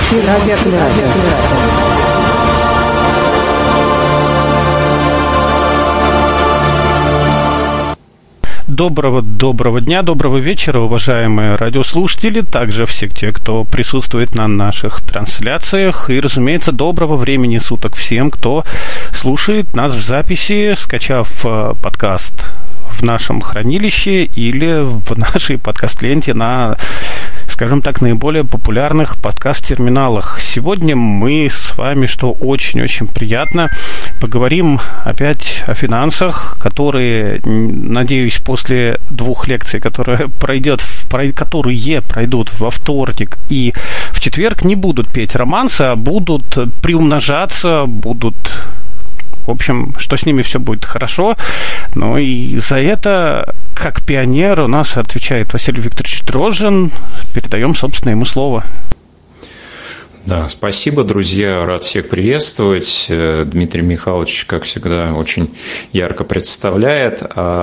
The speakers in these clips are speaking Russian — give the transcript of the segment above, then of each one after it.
Радиоаккумулятор. Доброго дня, доброго вечера, уважаемые радиослушатели, также все те, кто присутствует на наших трансляциях, и, разумеется, доброго времени суток всем, кто слушает нас в записи, скачав подкаст в нашем хранилище или в нашей подкаст-ленте на, скажем так, наиболее популярных подкаст-терминалах. Сегодня мы с вами, что очень-очень приятно, поговорим опять о финансах, которые, надеюсь, после двух лекций, которые пройдут во вторник и в четверг, не будут петь романсы, а будут приумножаться, в общем, что с ними все будет хорошо. Ну и за это, как пионер, у нас отвечает Василий Викторович Дрожжин. Передаем, собственно, ему слово. Да, спасибо, друзья. Рад всех приветствовать. Дмитрий Михайлович, как всегда, очень ярко представляет.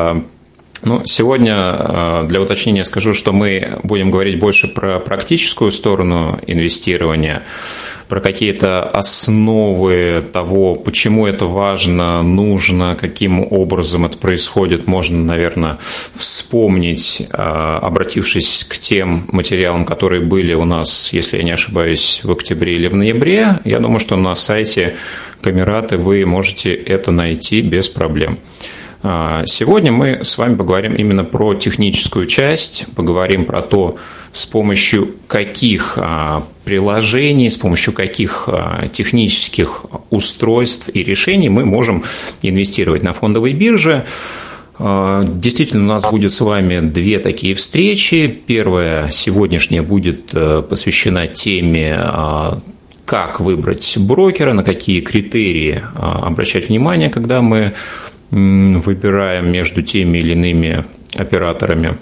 Сегодня для уточнения скажу, что мы будем говорить больше про практическую сторону инвестирования, про какие-то основы того, почему это важно, нужно, каким образом это происходит, можно, наверное, вспомнить, обратившись к тем материалам, которые были у нас, если я не ошибаюсь, в октябре или в ноябре. Я думаю, что на сайте Камераты вы можете это найти без проблем. Сегодня мы с вами поговорим именно про техническую часть, поговорим про то, с помощью каких приложений, с помощью каких технических устройств и решений мы можем инвестировать на фондовой бирже. Действительно, у нас будет с вами две такие встречи. Первая, сегодняшняя, будет посвящена теме, как выбрать брокера, на какие критерии обращать внимание, когда мы выбираем между теми или иными операторами.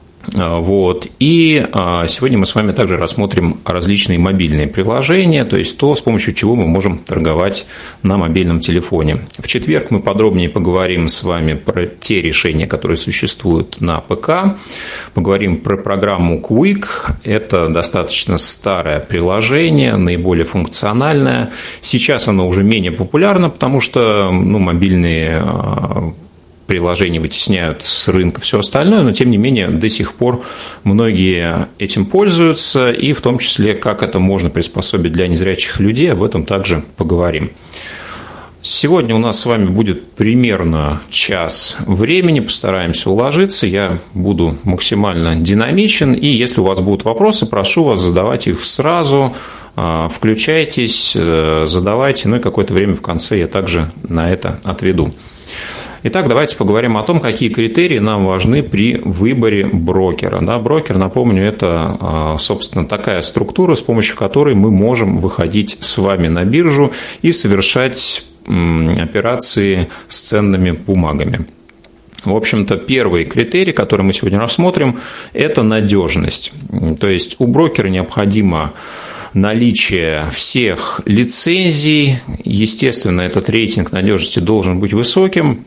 И сегодня мы с вами также рассмотрим различные мобильные приложения, то есть то, с помощью чего мы можем торговать на мобильном телефоне. В четверг мы подробнее поговорим с вами про те решения, которые существуют на ПК, поговорим про программу Quick. Это достаточно старое приложение, наиболее функциональное. Сейчас оно уже менее популярно, потому что мобильные приложения вытесняют с рынка все остальное, но тем не менее до сих пор многие этим пользуются, и в том числе, как это можно приспособить для незрячих людей, об этом также поговорим. Сегодня у нас с вами будет примерно час времени, постараемся уложиться, я буду максимально динамичен, и если у вас будут вопросы, прошу вас задавать их сразу, включайтесь, задавайте, и какое-то время в конце я также на это отведу. Итак, давайте поговорим о том, какие критерии нам важны при выборе брокера. Брокер, напомню, это, собственно, такая структура, с помощью которой мы можем выходить с вами на биржу и совершать операции с ценными бумагами. В общем-то, первый критерий, который мы сегодня рассмотрим, это надежность. То есть у брокера необходимо наличие всех лицензий. Естественно, этот рейтинг надежности должен быть высоким.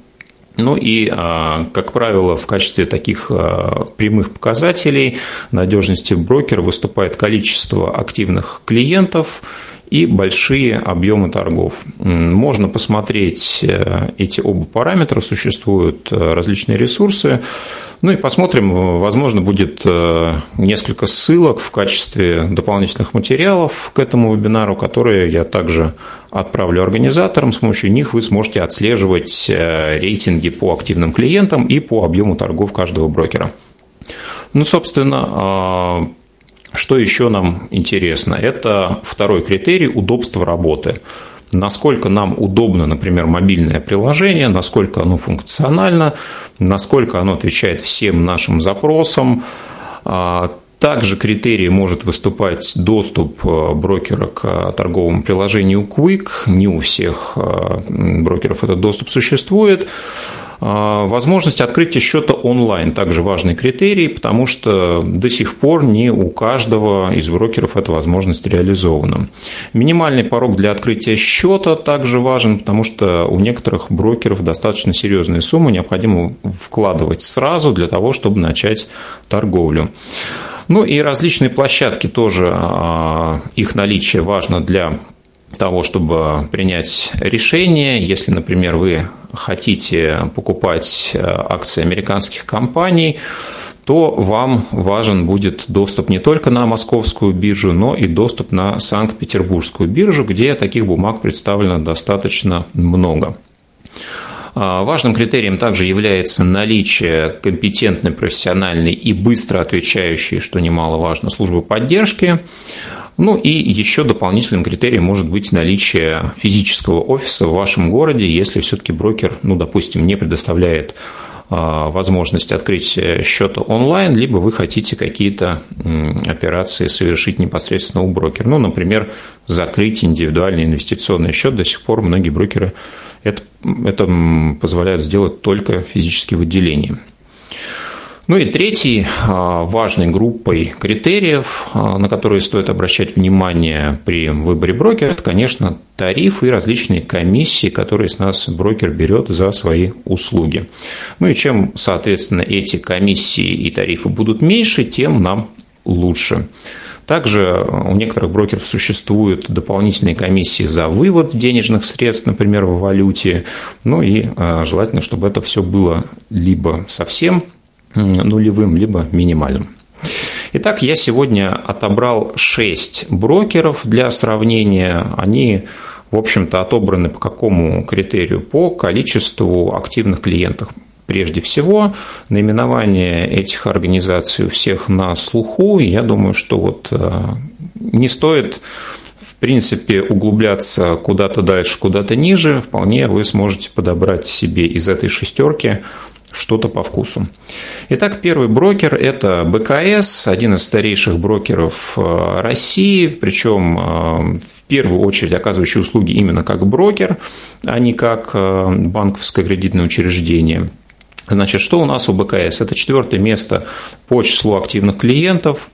Как правило, в качестве таких прямых показателей надежности брокера выступает количество активных клиентов и большие объемы торгов. Можно посмотреть эти оба параметра, существуют различные ресурсы. И посмотрим, возможно, будет несколько ссылок в качестве дополнительных материалов к этому вебинару, которые я также отправлю организаторам. С помощью них вы сможете отслеживать рейтинги по активным клиентам и по объему торгов каждого брокера. Собственно, что еще нам интересно? Это второй критерий – удобство работы. Насколько нам удобно, например, мобильное приложение, насколько оно функционально, насколько оно отвечает всем нашим запросам. Также критерием может выступать доступ брокера к торговому приложению Quick. Не у всех брокеров этот доступ существует. Возможность открытия счета онлайн также важный критерий, потому что до сих пор не у каждого из брокеров эта возможность реализована. Минимальный порог для открытия счета также важен, потому что у некоторых брокеров достаточно серьезные суммы необходимо вкладывать сразу для того, чтобы начать торговлю. Ну и различные площадки тоже, их наличие важно для того, чтобы принять решение. Если, например, вы хотите покупать акции американских компаний, то вам важен будет доступ не только на московскую биржу, но и доступ на Санкт-Петербургскую биржу, где таких бумаг представлено достаточно много. Важным критерием также является наличие компетентной, профессиональной и быстро отвечающей, что немаловажно, службы поддержки. Ну и еще дополнительным критерием может быть наличие физического офиса в вашем городе, если все-таки брокер, допустим, не предоставляет возможность открыть счет онлайн, либо вы хотите какие-то операции совершить непосредственно у брокера. Например, закрыть индивидуальный инвестиционный счет. До сих пор многие брокеры это позволяют сделать только физически в отделении. Ну и третьей важной группой критериев, на которые стоит обращать внимание при выборе брокера, это, конечно, тарифы и различные комиссии, которые с нас брокер берет за свои услуги. Ну и чем, соответственно, эти комиссии и тарифы будут меньше, тем нам лучше. Также у некоторых брокеров существуют дополнительные комиссии за вывод денежных средств, например, в валюте. Ну и желательно, чтобы это все было либо совсем нулевым, либо минимальным. Итак, я сегодня отобрал 6 брокеров для сравнения. Они, в общем-то, отобраны по какому критерию? По количеству активных клиентов. Прежде всего, наименование этих организаций у всех на слуху. И я думаю, что не стоит, в принципе, углубляться куда-то дальше, куда-то ниже. Вполне вы сможете подобрать себе из этой шестерки что-то по вкусу. Итак, первый брокер – это БКС, один из старейших брокеров России, причем в первую очередь оказывающий услуги именно как брокер, а не как банковское кредитное учреждение. Значит, что у нас у БКС? Это 4-е место по числу активных клиентов,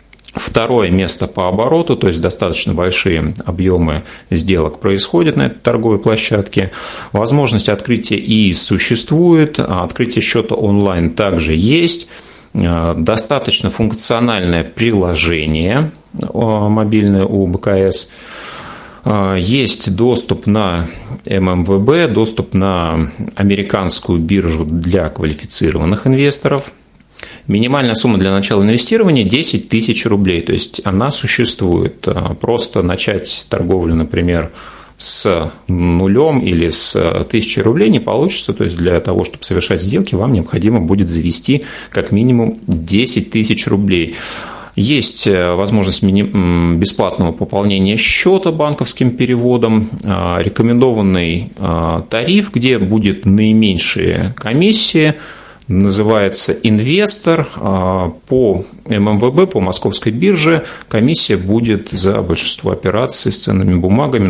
2-е место по обороту, то есть достаточно большие объемы сделок происходят на этой торговой площадке. Возможность открытия ИИС существует, а открытие счета онлайн также есть. Достаточно функциональное приложение мобильное у БКС. Есть доступ на ММВБ, доступ на американскую биржу для квалифицированных инвесторов. Минимальная сумма для начала инвестирования – 10 тысяч рублей, то есть она существует. Просто начать торговлю, например, с нулем или с 1000 рублей не получится, то есть для того, чтобы совершать сделки, вам необходимо будет завести как минимум 10 тысяч рублей. Есть возможность бесплатного пополнения счета банковским переводом, рекомендованный тариф, где будет наименьшие комиссии, называется «Инвестор». По ММВБ, по московской бирже, комиссия будет за большинство операций с ценными бумагами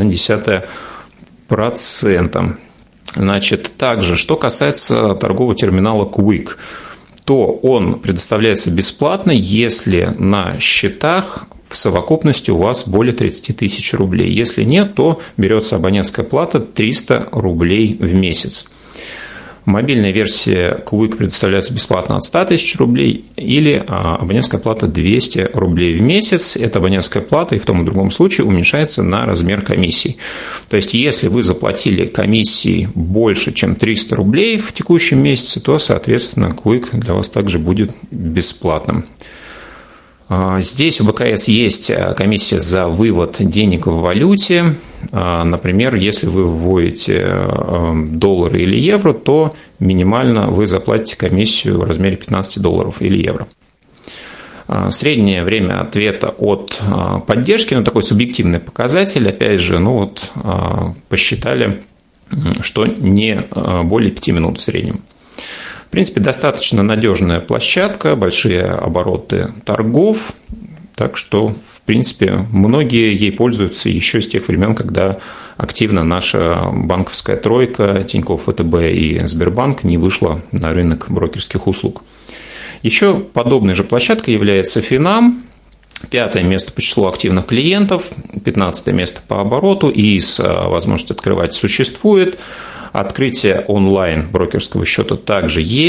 0,1%. Значит, также, что касается торгового терминала Quick, то он предоставляется бесплатно, если на счетах в совокупности у вас более 30 тысяч рублей. Если нет, то берется абонентская плата 300 рублей в месяц. Мобильная версия Quick предоставляется бесплатно от 100 тысяч рублей или абонентская плата 200 рублей в месяц. Эта абонентская плата и в том и другом случае уменьшается на размер комиссий. То есть, если вы заплатили комиссии больше, чем 300 рублей в текущем месяце, то, соответственно, Quick для вас также будет бесплатным. Здесь у БКС есть комиссия за вывод денег в валюте. Например, если вы вводите доллары или евро, то минимально вы заплатите комиссию в размере 15 долларов или евро. Среднее время ответа от поддержки, такой субъективный показатель, опять же, посчитали, что не более 5 минут в среднем. В принципе, достаточно надежная площадка, большие обороты торгов, так что, в принципе, многие ей пользуются еще с тех времен, когда активно наша банковская тройка, Тинькофф, ВТБ и Сбербанк не вышла на рынок брокерских услуг. Еще подобной же площадкой является Финам. 5-е место по числу активных клиентов, 15-е место по обороту, ИИС возможность открывать существует. Открытие онлайн брокерского счета также есть.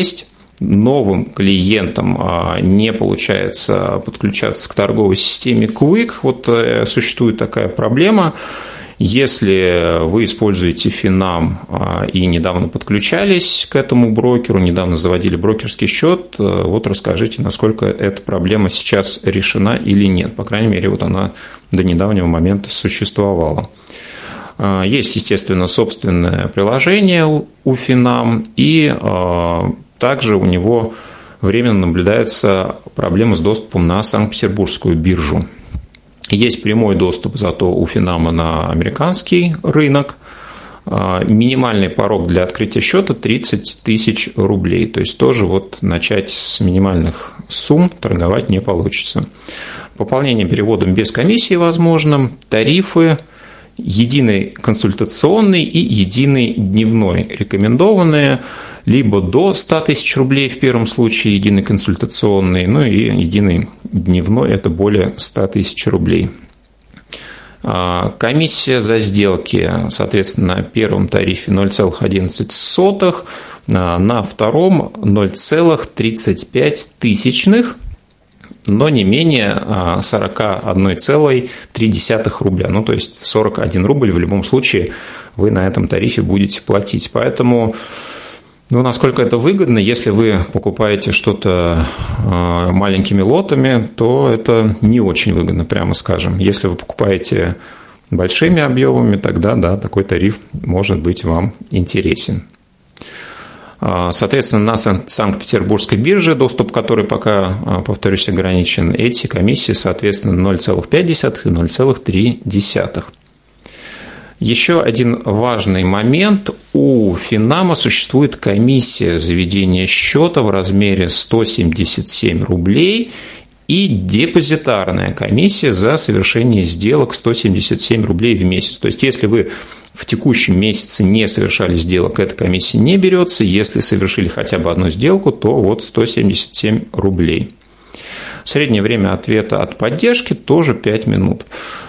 новым клиентам не получается подключаться к торговой системе Quick. Вот существует такая проблема. Если вы используете Finam и недавно подключались к этому брокеру, недавно заводили брокерский счет, вот расскажите, насколько эта проблема сейчас решена или нет. По крайней мере, вот она до недавнего момента существовала. Есть, естественно, собственное приложение у Finam, и также у него временно наблюдается проблема с доступом на Санкт-Петербургскую биржу. Есть прямой доступ зато у Finam на американский рынок. Минимальный порог для открытия счета 30 тысяч рублей. То есть тоже вот начать с минимальных сумм торговать не получится. Пополнение переводом без комиссии возможно. Тарифы единый консультационный и единый дневной рекомендованные. Либо до 100 тысяч рублей в первом случае единый консультационный, ну и единый дневной – это более 100 тысяч рублей. Комиссия за сделки, соответственно, на первом тарифе 0,11, на втором 0,35, но не менее 41,3 рубля. Ну, то есть 41 рубль в любом случае вы на этом тарифе будете платить. Поэтому... насколько это выгодно, если вы покупаете что-то маленькими лотами, то это не очень выгодно, прямо скажем. Если вы покупаете большими объемами, тогда, да, такой тариф может быть вам интересен. Соответственно, на Санкт-Петербургской бирже, доступ к которой пока, повторюсь, ограничен, эти комиссии, соответственно, 0,5 и 0,3. Еще один важный момент. У Finam существует комиссия за ведение счета в размере 177 рублей и депозитарная комиссия за совершение сделок 177 рублей в месяц. То есть, если вы в текущем месяце не совершали сделок, эта комиссия не берется. Если совершили хотя бы одну сделку, то вот 177 рублей. Среднее время ответа от поддержки тоже 5 минут.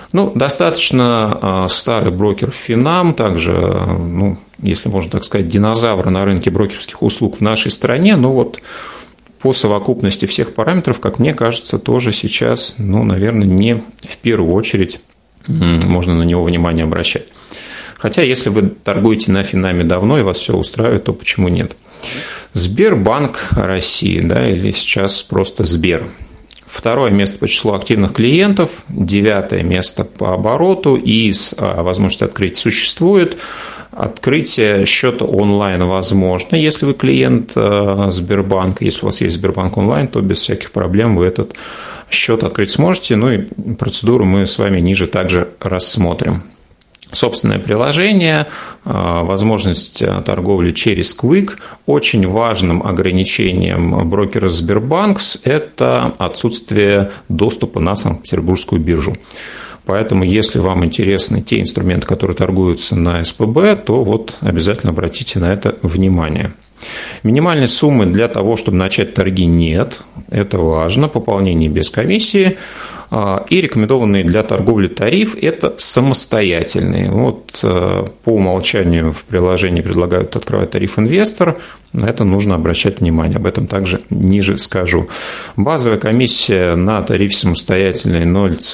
Достаточно старый брокер Finam, также, если можно так сказать, динозавр на рынке брокерских услуг в нашей стране, но вот по совокупности всех параметров, как мне кажется, тоже сейчас, наверное, не в первую очередь можно на него внимание обращать. Хотя, если вы торгуете на Finam давно и вас все устраивает, то почему нет? Сбербанк России, да, или сейчас просто Сбер. Второе место по числу активных клиентов, 9 место по обороту, и возможность открыть существует. Открытие счета онлайн возможно, если вы клиент Сбербанка. Если у вас есть Сбербанк онлайн, то без всяких проблем вы этот счет открыть сможете. И процедуру мы с вами ниже также рассмотрим. Собственное приложение, возможность торговли через Quick. Очень важным ограничением брокера Сбербанк – это отсутствие доступа на Санкт-Петербургскую биржу. Поэтому, если вам интересны те инструменты, которые торгуются на СПБ, то вот обязательно обратите на это внимание. Минимальной суммы для того, чтобы начать торги, нет. Это важно. Пополнение без комиссии. И рекомендованные для торговли тариф – это самостоятельные. Вот по умолчанию в приложении предлагают открывать тариф «Инвестор». На это нужно обращать внимание. Об этом также ниже скажу. Базовая комиссия на тарифе самостоятельный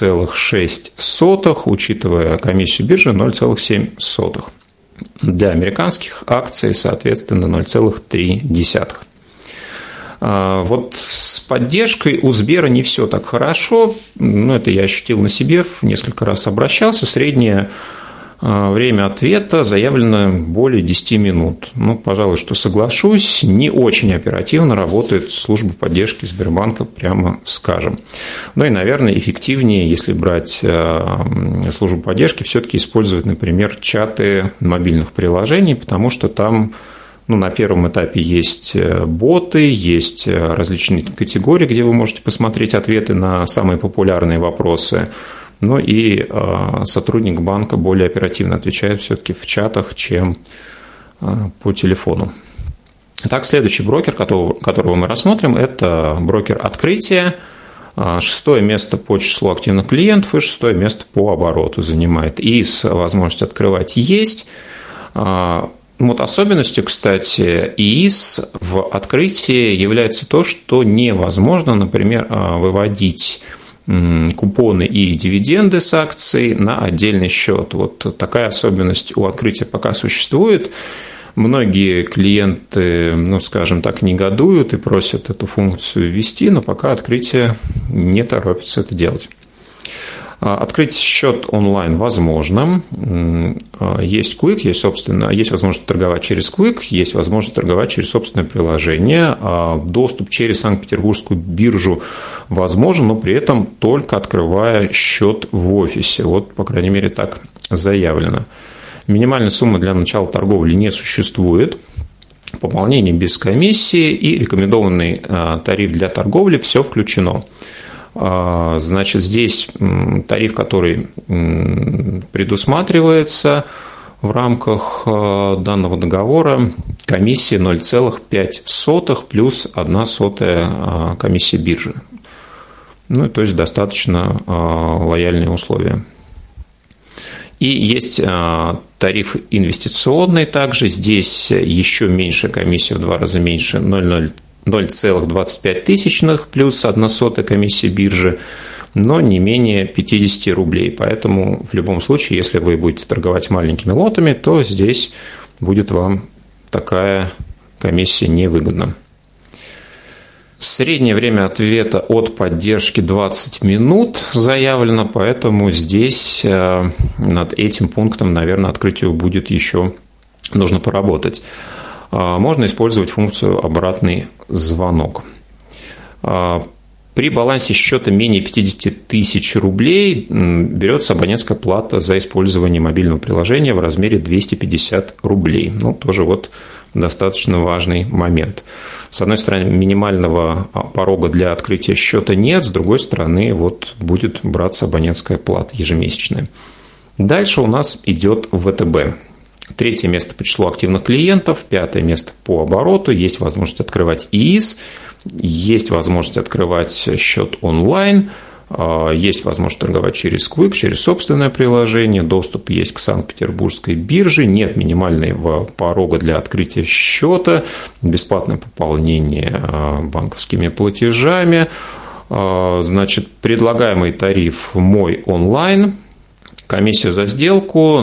0,6, учитывая комиссию биржи 0,7. Для американских акций, соответственно, 0,3. Вот с поддержкой у Сбера не все так хорошо. Это я ощутил на себе, несколько раз обращался. Среднее время ответа заявлено более 10 минут. Пожалуй, что соглашусь, не очень оперативно работает служба поддержки Сбербанка, прямо скажем. И, наверное, эффективнее, если брать службу поддержки, все-таки использовать, например, чаты мобильных приложений, потому что там на первом этапе есть боты, есть различные категории, где вы можете посмотреть ответы на самые популярные вопросы. И сотрудник банка более оперативно отвечает все-таки в чатах, чем по телефону. Так, следующий брокер, которого мы рассмотрим, это брокер «Открытие». 6 место по числу активных клиентов и 6 место по обороту занимает. И возможность открывать есть. Вот особенностью, кстати, ИИС в открытии является то, что невозможно, например, выводить купоны и дивиденды с акций на отдельный счет. Вот такая особенность у открытия пока существует. Многие клиенты, скажем так, негодуют и просят эту функцию ввести, но пока открытие не торопится это делать. Открыть счет онлайн возможно. Есть Quick, есть возможность торговать через Quick, есть возможность торговать через собственное приложение. Доступ через Санкт-Петербургскую биржу возможен, но при этом только открывая счет в офисе. Вот, по крайней мере, так заявлено. Минимальной суммы для начала торговли не существует. Пополнение без комиссии и рекомендованный тариф для торговли – все включено. Значит, здесь тариф, который предусматривается в рамках данного договора, комиссия 0,05 плюс 0,01 комиссия биржи. То есть достаточно лояльные условия. И есть тариф инвестиционный также. Здесь еще меньше комиссия, в 2 раза меньше, 0,25 плюс 0,01 комиссия биржи, но не менее 50 рублей. Поэтому в любом случае, если вы будете торговать маленькими лотами, то здесь будет вам такая комиссия невыгодна. Среднее время ответа от поддержки 20 минут заявлено, поэтому здесь над этим пунктом, наверное, открытию будет еще нужно поработать. Можно использовать функцию «обратный звонок». При балансе счета менее 50 тысяч рублей берется абонентская плата за использование мобильного приложения в размере 250 рублей. Тоже достаточно важный момент. С одной стороны, минимального порога для открытия счета нет, с другой стороны, будет браться абонентская плата ежемесячная. Дальше у нас идет ВТБ. 3-е место по числу активных клиентов, 5-е место по обороту, есть возможность открывать ИИС, есть возможность открывать счет онлайн, есть возможность торговать через Quick, через собственное приложение, доступ есть к Санкт-Петербургской бирже, нет минимального порога для открытия счета, бесплатное пополнение банковскими платежами, значит, предлагаемый тариф «Мой онлайн», комиссия за сделку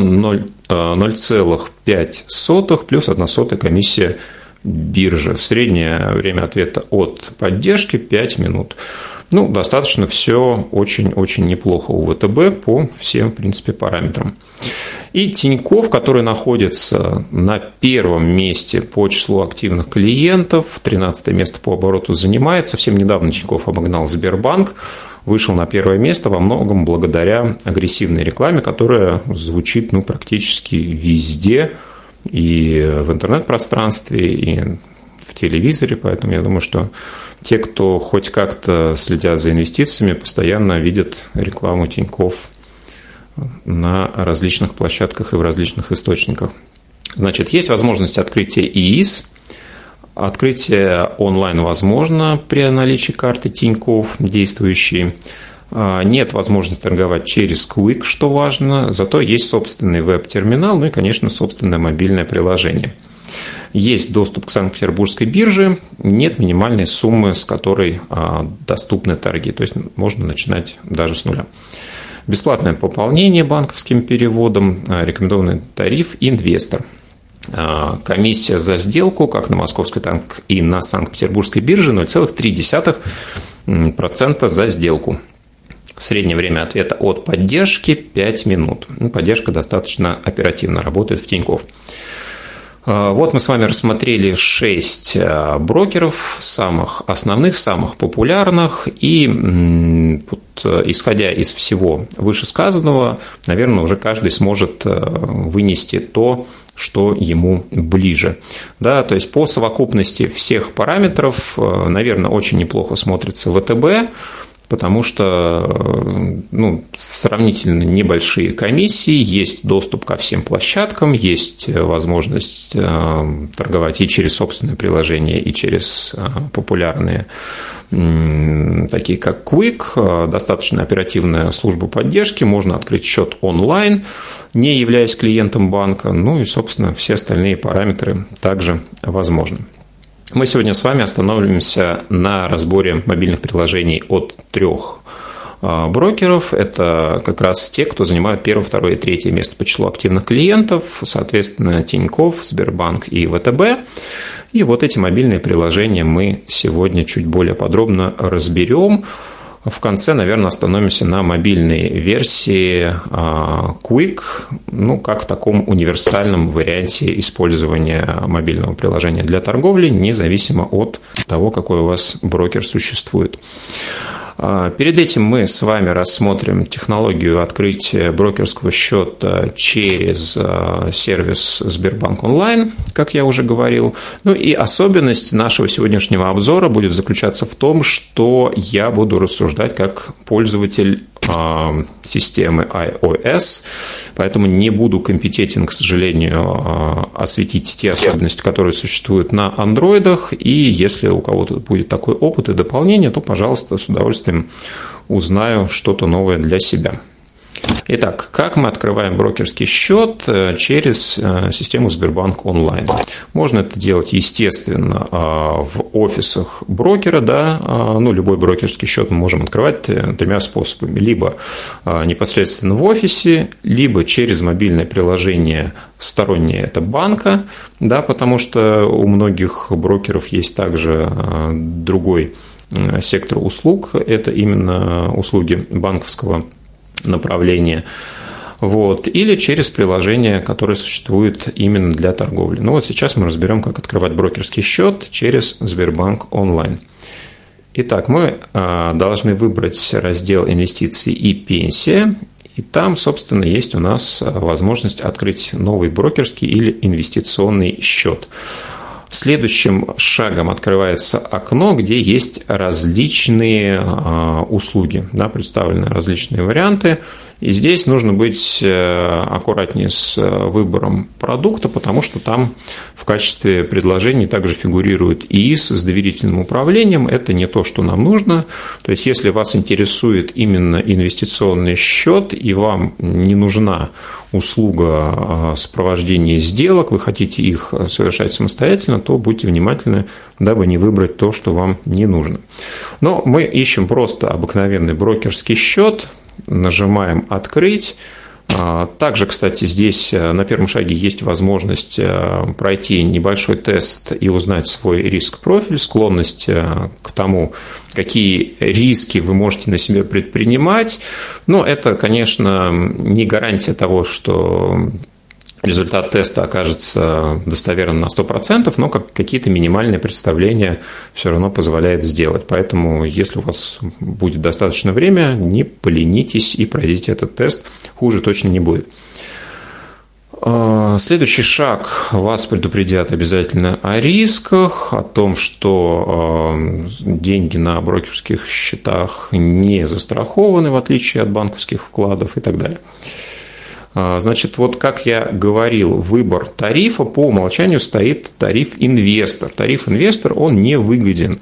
0,05 плюс 0,01 комиссия биржи. Среднее время ответа от поддержки 5 минут. Достаточно все очень-очень неплохо у ВТБ по всем, в принципе, параметрам. И Тинькофф, который находится на 1-м месте по числу активных клиентов, 13-е место по обороту занимает. Совсем недавно Тинькофф обогнал Сбербанк, вышел на 1-е место во многом благодаря агрессивной рекламе, которая звучит практически везде, и в интернет-пространстве, и в телевизоре. Поэтому я думаю, что те, кто хоть как-то следят за инвестициями, постоянно видят рекламу Тинькофф на различных площадках и в различных источниках. Значит, есть возможность открытия ИИС. Открытие онлайн возможно при наличии карты Тинькофф действующей. Нет возможности торговать через Quick, что важно, зато есть собственный веб-терминал, и, конечно, собственное мобильное приложение. Есть доступ к Санкт-Петербургской бирже, нет минимальной суммы, с которой доступны торги, то есть можно начинать даже с нуля. Бесплатное пополнение банковским переводом, рекомендованный тариф «Инвестор». Комиссия за сделку, как на Московской, так и на Санкт-Петербургской бирже, 0,3% за сделку. Среднее время ответа от поддержки 5 минут. Поддержка достаточно оперативно работает в Тинькофф. Вот мы с вами рассмотрели 6 брокеров, самых основных, самых популярных. И исходя из всего вышесказанного, наверное, уже каждый сможет вынести то, что ему ближе. То есть по совокупности всех параметров, наверное, очень неплохо смотрится ВТБ. потому что сравнительно небольшие комиссии, есть доступ ко всем площадкам, есть возможность торговать и через собственное приложение, и через популярные, такие как Quick, достаточно оперативная служба поддержки, можно открыть счет онлайн, не являясь клиентом банка, и, собственно, все остальные параметры также возможны. Мы сегодня с вами остановимся на разборе мобильных приложений от 3 брокеров. Это как раз те, кто занимают 1, 2 и 3 место по числу активных клиентов, соответственно, Тинькофф, Сбербанк и ВТБ. И вот эти мобильные приложения мы сегодня чуть более подробно разберем. В конце, наверное, остановимся на мобильной версии Quick, как в таком универсальном варианте использования мобильного приложения для торговли, независимо от того, какой у вас брокер существует. Перед этим мы с вами рассмотрим технологию открытия брокерского счета через сервис Сбербанк онлайн, как я уже говорил. И особенность нашего сегодняшнего обзора будет заключаться в том, что я буду рассуждать как пользователь системы iOS, поэтому не буду компетентен, к сожалению, осветить те особенности, которые существуют на андроидах, и если у кого-то будет такой опыт и дополнение, то, пожалуйста, с удовольствием узнаю что-то новое для себя. Итак, как мы открываем брокерский счет через систему Сбербанк онлайн? Можно это делать, естественно, в офисах брокера, любой брокерский счет мы можем открывать 3 способами. Либо непосредственно в офисе, либо через мобильное приложение стороннее это банка, потому что у многих брокеров есть также другой сектор услуг, это именно услуги банковского направления, или через приложение, которое существует именно для торговли. Сейчас мы разберем, как открывать брокерский счет через Сбербанк онлайн. Итак, мы должны выбрать раздел «Инвестиции и пенсия», и там, собственно, есть у нас возможность открыть новый брокерский или инвестиционный счет. Следующим шагом открывается окно, где есть различные услуги, представлены различные варианты. И здесь нужно быть аккуратнее с выбором продукта, потому что там в качестве предложений также фигурирует ИИС с доверительным управлением. Это не то, что нам нужно. То есть, если вас интересует именно инвестиционный счет и вам не нужна услуга сопровождения сделок, вы хотите их совершать самостоятельно, то будьте внимательны, дабы не выбрать то, что вам не нужно. Но мы ищем просто обыкновенный брокерский счет, нажимаем «Открыть». Также, кстати, здесь на первом шаге есть возможность пройти небольшой тест и узнать свой риск-профиль, склонность к тому, какие риски вы можете на себя предпринимать. Но это, конечно, не гарантия того, что результат теста окажется достоверным на 100%, но какие-то минимальные представления все равно позволяет сделать. Поэтому, если у вас будет достаточно время, не поленитесь и пройдите этот тест, хуже точно не будет. Следующий шаг. Вас предупредят обязательно о рисках, о том, что деньги на брокерских счетах не застрахованы, в отличие от банковских вкладов и так далее. Значит, как я говорил, выбор тарифа по умолчанию стоит тариф инвестор. Тариф инвестор, он не выгоден.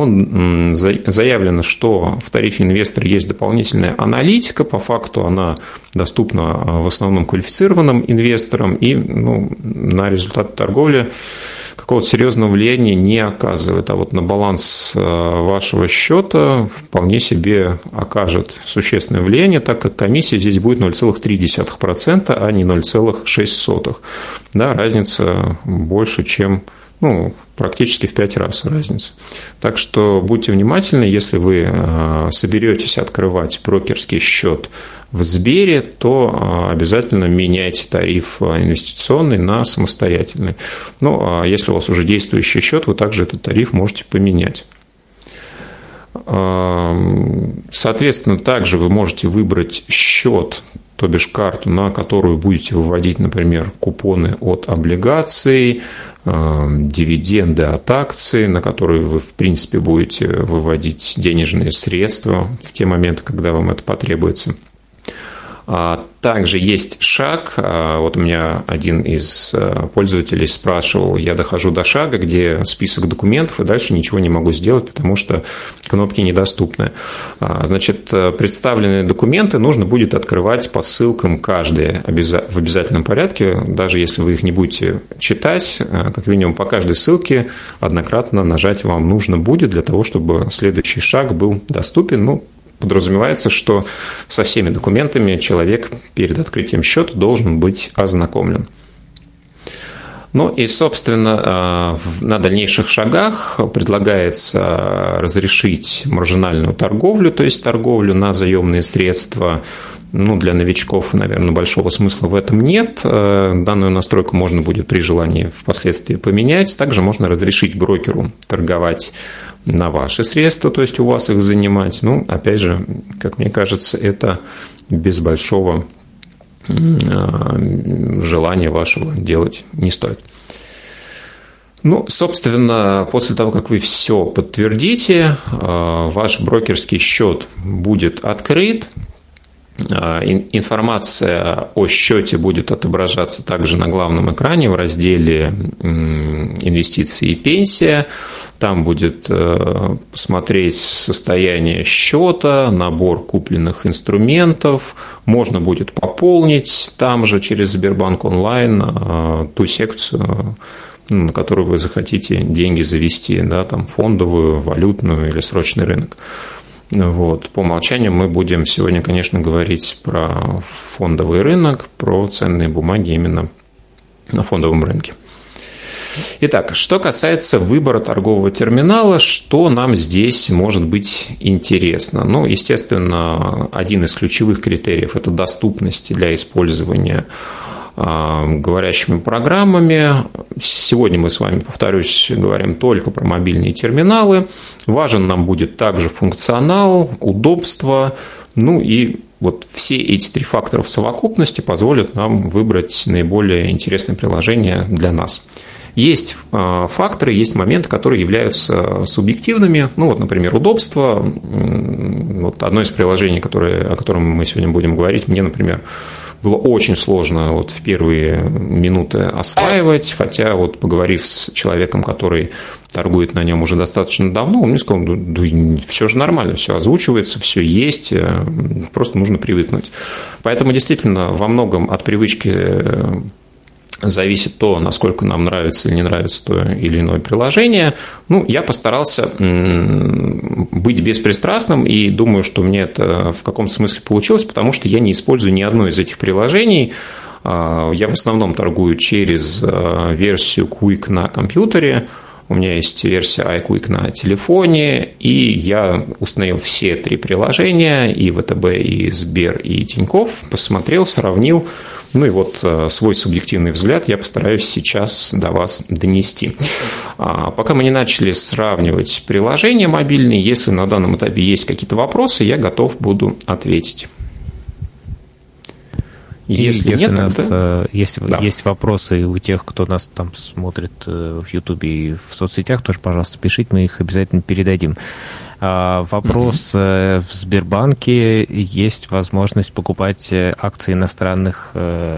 Заявлено, что в тарифе инвестор есть дополнительная аналитика. По факту она доступна в основном квалифицированным инвесторам и на результат торговли какого-то серьезного влияния не оказывает. А на баланс вашего счета вполне себе окажет существенное влияние, так как комиссия здесь будет 0,3%, а не 0,6%. Разница больше, чем практически в 5 раз разница. Так что будьте внимательны, если вы соберетесь открывать брокерский счет в Сбере, то обязательно меняйте тариф инвестиционный на самостоятельный. А если у вас уже действующий счет, вы также этот тариф можете поменять. Соответственно, также вы можете выбрать счет, то бишь карту, на которую будете выводить, например, купоны от облигаций, дивиденды от акций, на которые вы, в принципе, будете выводить денежные средства в те моменты, когда вам это потребуется. Также есть шаг. Вот у меня один из пользователей спрашивал, я дохожу до шага, где список документов, и дальше ничего не могу сделать, потому что кнопки недоступны. Значит, представленные документы нужно будет открывать по ссылкам каждые в обязательном порядке, даже если вы их не будете читать, как минимум по каждой ссылке однократно нажать вам нужно будет для того, чтобы следующий шаг был доступен. Подразумевается, что со всеми документами человек перед открытием счета должен быть ознакомлен. И, собственно, на дальнейших шагах предлагается разрешить маржинальную торговлю, то есть торговлю на заемные средства. Для новичков, наверное, большого смысла в этом нет. Данную настройку можно будет при желании впоследствии поменять. Также можно разрешить брокеру торговать на ваши средства, то есть у вас их занимать. Опять же, как мне кажется, это без большого желания вашего делать не стоит. Собственно, после того, как вы все подтвердите, ваш брокерский счет будет открыт. Информация о счете будет отображаться также на главном экране в разделе «Инвестиции и пенсия». Там будет посмотреть состояние счета, набор купленных инструментов. Можно будет пополнить там же через Сбербанк онлайн ту секцию, на которую вы захотите деньги завести, там фондовую, валютную или срочный рынок. По умолчанию мы будем сегодня, конечно, говорить про фондовый рынок, про ценные бумаги именно на фондовом рынке. Итак, что касается выбора торгового терминала, что нам здесь может быть интересно? Естественно, один из ключевых критериев – это доступность для использования говорящими программами. Сегодня мы с вами, повторюсь, говорим только про мобильные терминалы. Важен нам будет также функционал, удобство, и все эти три фактора в совокупности позволят нам выбрать наиболее интересное приложение для нас. Есть факторы, есть моменты, которые являются субъективными. Например, удобство. Одно из приложений, о котором мы сегодня будем говорить, мне, например, было очень сложно в первые минуты осваивать, хотя поговорив с человеком, который торгует на нем уже достаточно давно, он мне сказал, все же нормально, все озвучивается, все есть, просто нужно привыкнуть. Поэтому действительно во многом от привычки зависит то, насколько нам нравится или не нравится то или иное приложение. Я постарался быть беспристрастным и думаю, что мне это в каком-то смысле получилось, потому что я не использую ни одно из этих приложений. Я в основном торгую через версию Quick на компьютере. У меня есть версия iQuick на телефоне, и я установил все три приложения, и ВТБ, и Сбер, и Тинькофф, посмотрел, сравнил. Свой субъективный взгляд я постараюсь сейчас до вас донести. Пока мы не начали сравнивать приложения мобильные, если на данном этапе есть какие-то вопросы, я готов буду ответить. Если есть вопросы у тех, кто нас там смотрит в Ютубе и в соцсетях, тоже, пожалуйста, пишите, мы их обязательно передадим. Вопрос: в Сбербанке есть возможность покупать акции иностранных,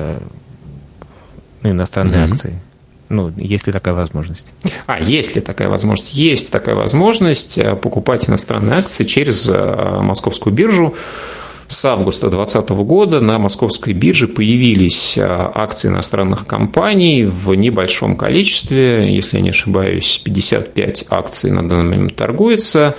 иностранные акции. Есть ли такая возможность? Есть ли такая возможность? Есть такая возможность покупать иностранные акции через московскую биржу. С августа 2020 года на московской бирже появились акции иностранных компаний в небольшом количестве, если я не ошибаюсь, 55 акций на данный момент торгуется.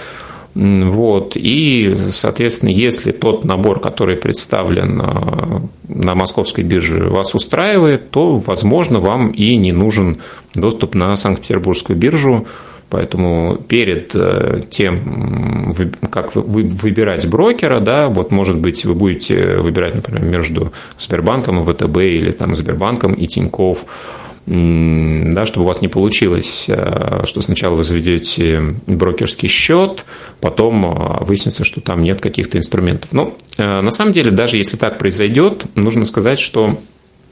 И, соответственно, если тот набор, который представлен на московской бирже, вас устраивает, то, возможно, вам и не нужен доступ на Санкт-Петербургскую биржу. Поэтому перед тем, как выбирать брокера, может быть, вы будете выбирать, например, между Сбербанком и ВТБ или Сбербанком и Тинькофф, чтобы у вас не получилось, что сначала вы заведете брокерский счет, потом выяснится, что там нет каких-то инструментов. На самом деле, даже если так произойдет, нужно сказать, что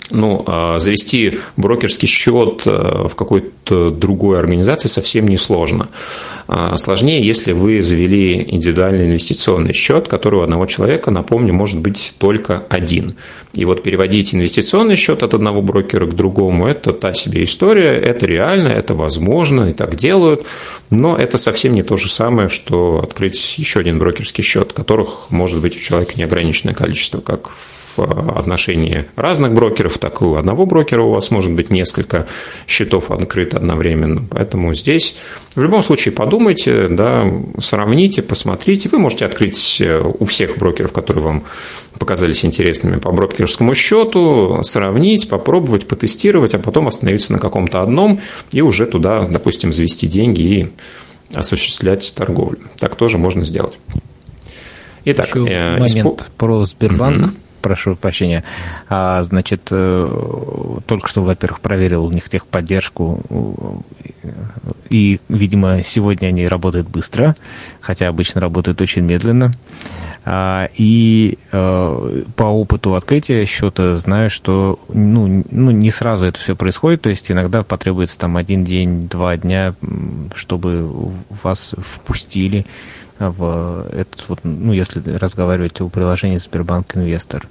завести брокерский счет в какой-то другой организации совсем несложно. Сложнее, если вы завели индивидуальный инвестиционный счет, который у одного человека, напомню, может быть только один. И вот переводить инвестиционный счет от одного брокера к другому – это та себе история, это реально, это возможно, и так делают, но это совсем не то же самое, что открыть еще один брокерский счет, которых может быть у человека неограниченное количество, как в отношении разных брокеров, так и у одного брокера у вас может быть несколько счетов открыто одновременно. Поэтому здесь в любом случае подумайте, сравните, посмотрите. Вы можете открыть у всех брокеров, которые вам показались интересными по брокерскому счету, сравнить, попробовать, потестировать, а потом остановиться на каком-то одном и уже туда, допустим, завести деньги и осуществлять торговлю. Так тоже можно сделать. Итак, момент про Сбербанк. Прошу прощения. Значит, только что, во-первых, проверил у них техподдержку, и, видимо, сегодня они работают быстро, хотя обычно работают очень медленно. И по опыту открытия счета знаю, что не сразу это все происходит, то есть иногда потребуется 1 день, 2 дня, чтобы вас впустили в этот если разговаривать о приложении Сбербанк Инвестор.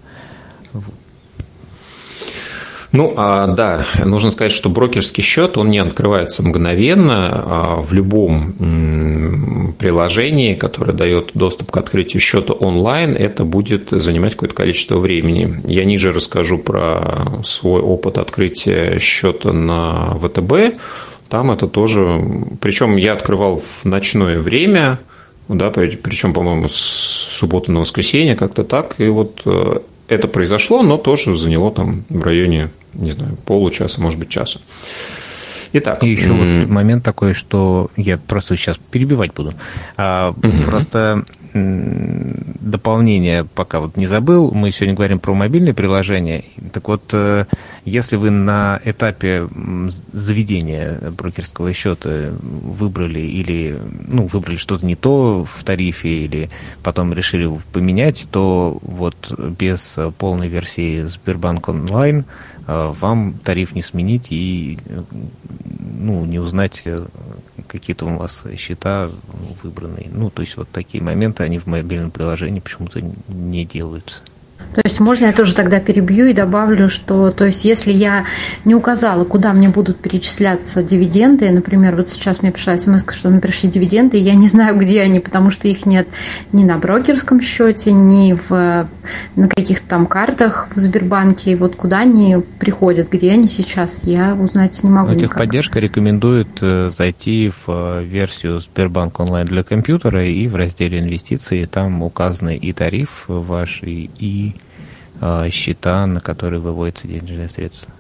Нужно сказать, что брокерский счет, он не открывается мгновенно. В любом приложении, которое дает доступ к открытию счета онлайн, это будет занимать какое-то количество времени. Я ниже расскажу про свой опыт открытия счета на ВТБ. Там это тоже... Причем я открывал в ночное время, причем, по-моему, с субботы на воскресенье, как-то так. И вот это произошло, но тоже заняло в районе, не знаю, получаса, может быть, часа. Итак. И еще момент такой, что я просто сейчас перебивать буду. Просто дополнение, пока не забыл, мы сегодня говорим про мобильные приложения. Так вот, если вы на этапе заведения брокерского счета выбрали выбрали что-то не то в тарифе или потом решили поменять, то вот без полной версии Сбербанк онлайн вам тариф не сменить и не узнать, какие-то у вас счета выбранные. То есть вот такие моменты, они в мобильном приложении почему-то не делаются. То есть можно я тоже тогда перебью и добавлю, что если я не указала, куда мне будут перечисляться дивиденды, например, вот сейчас мне пришла смс, что мне пришли дивиденды, и я не знаю, где они, потому что их нет ни на брокерском счете, ни на каких-то картах в Сбербанке, и вот куда они приходят, где они сейчас, я узнать не могу. Техподдержка рекомендует зайти в версию Сбербанк онлайн для компьютера и в разделе инвестиции, там указаны и тариф ваш, и счета, на которые выводятся денежные средства.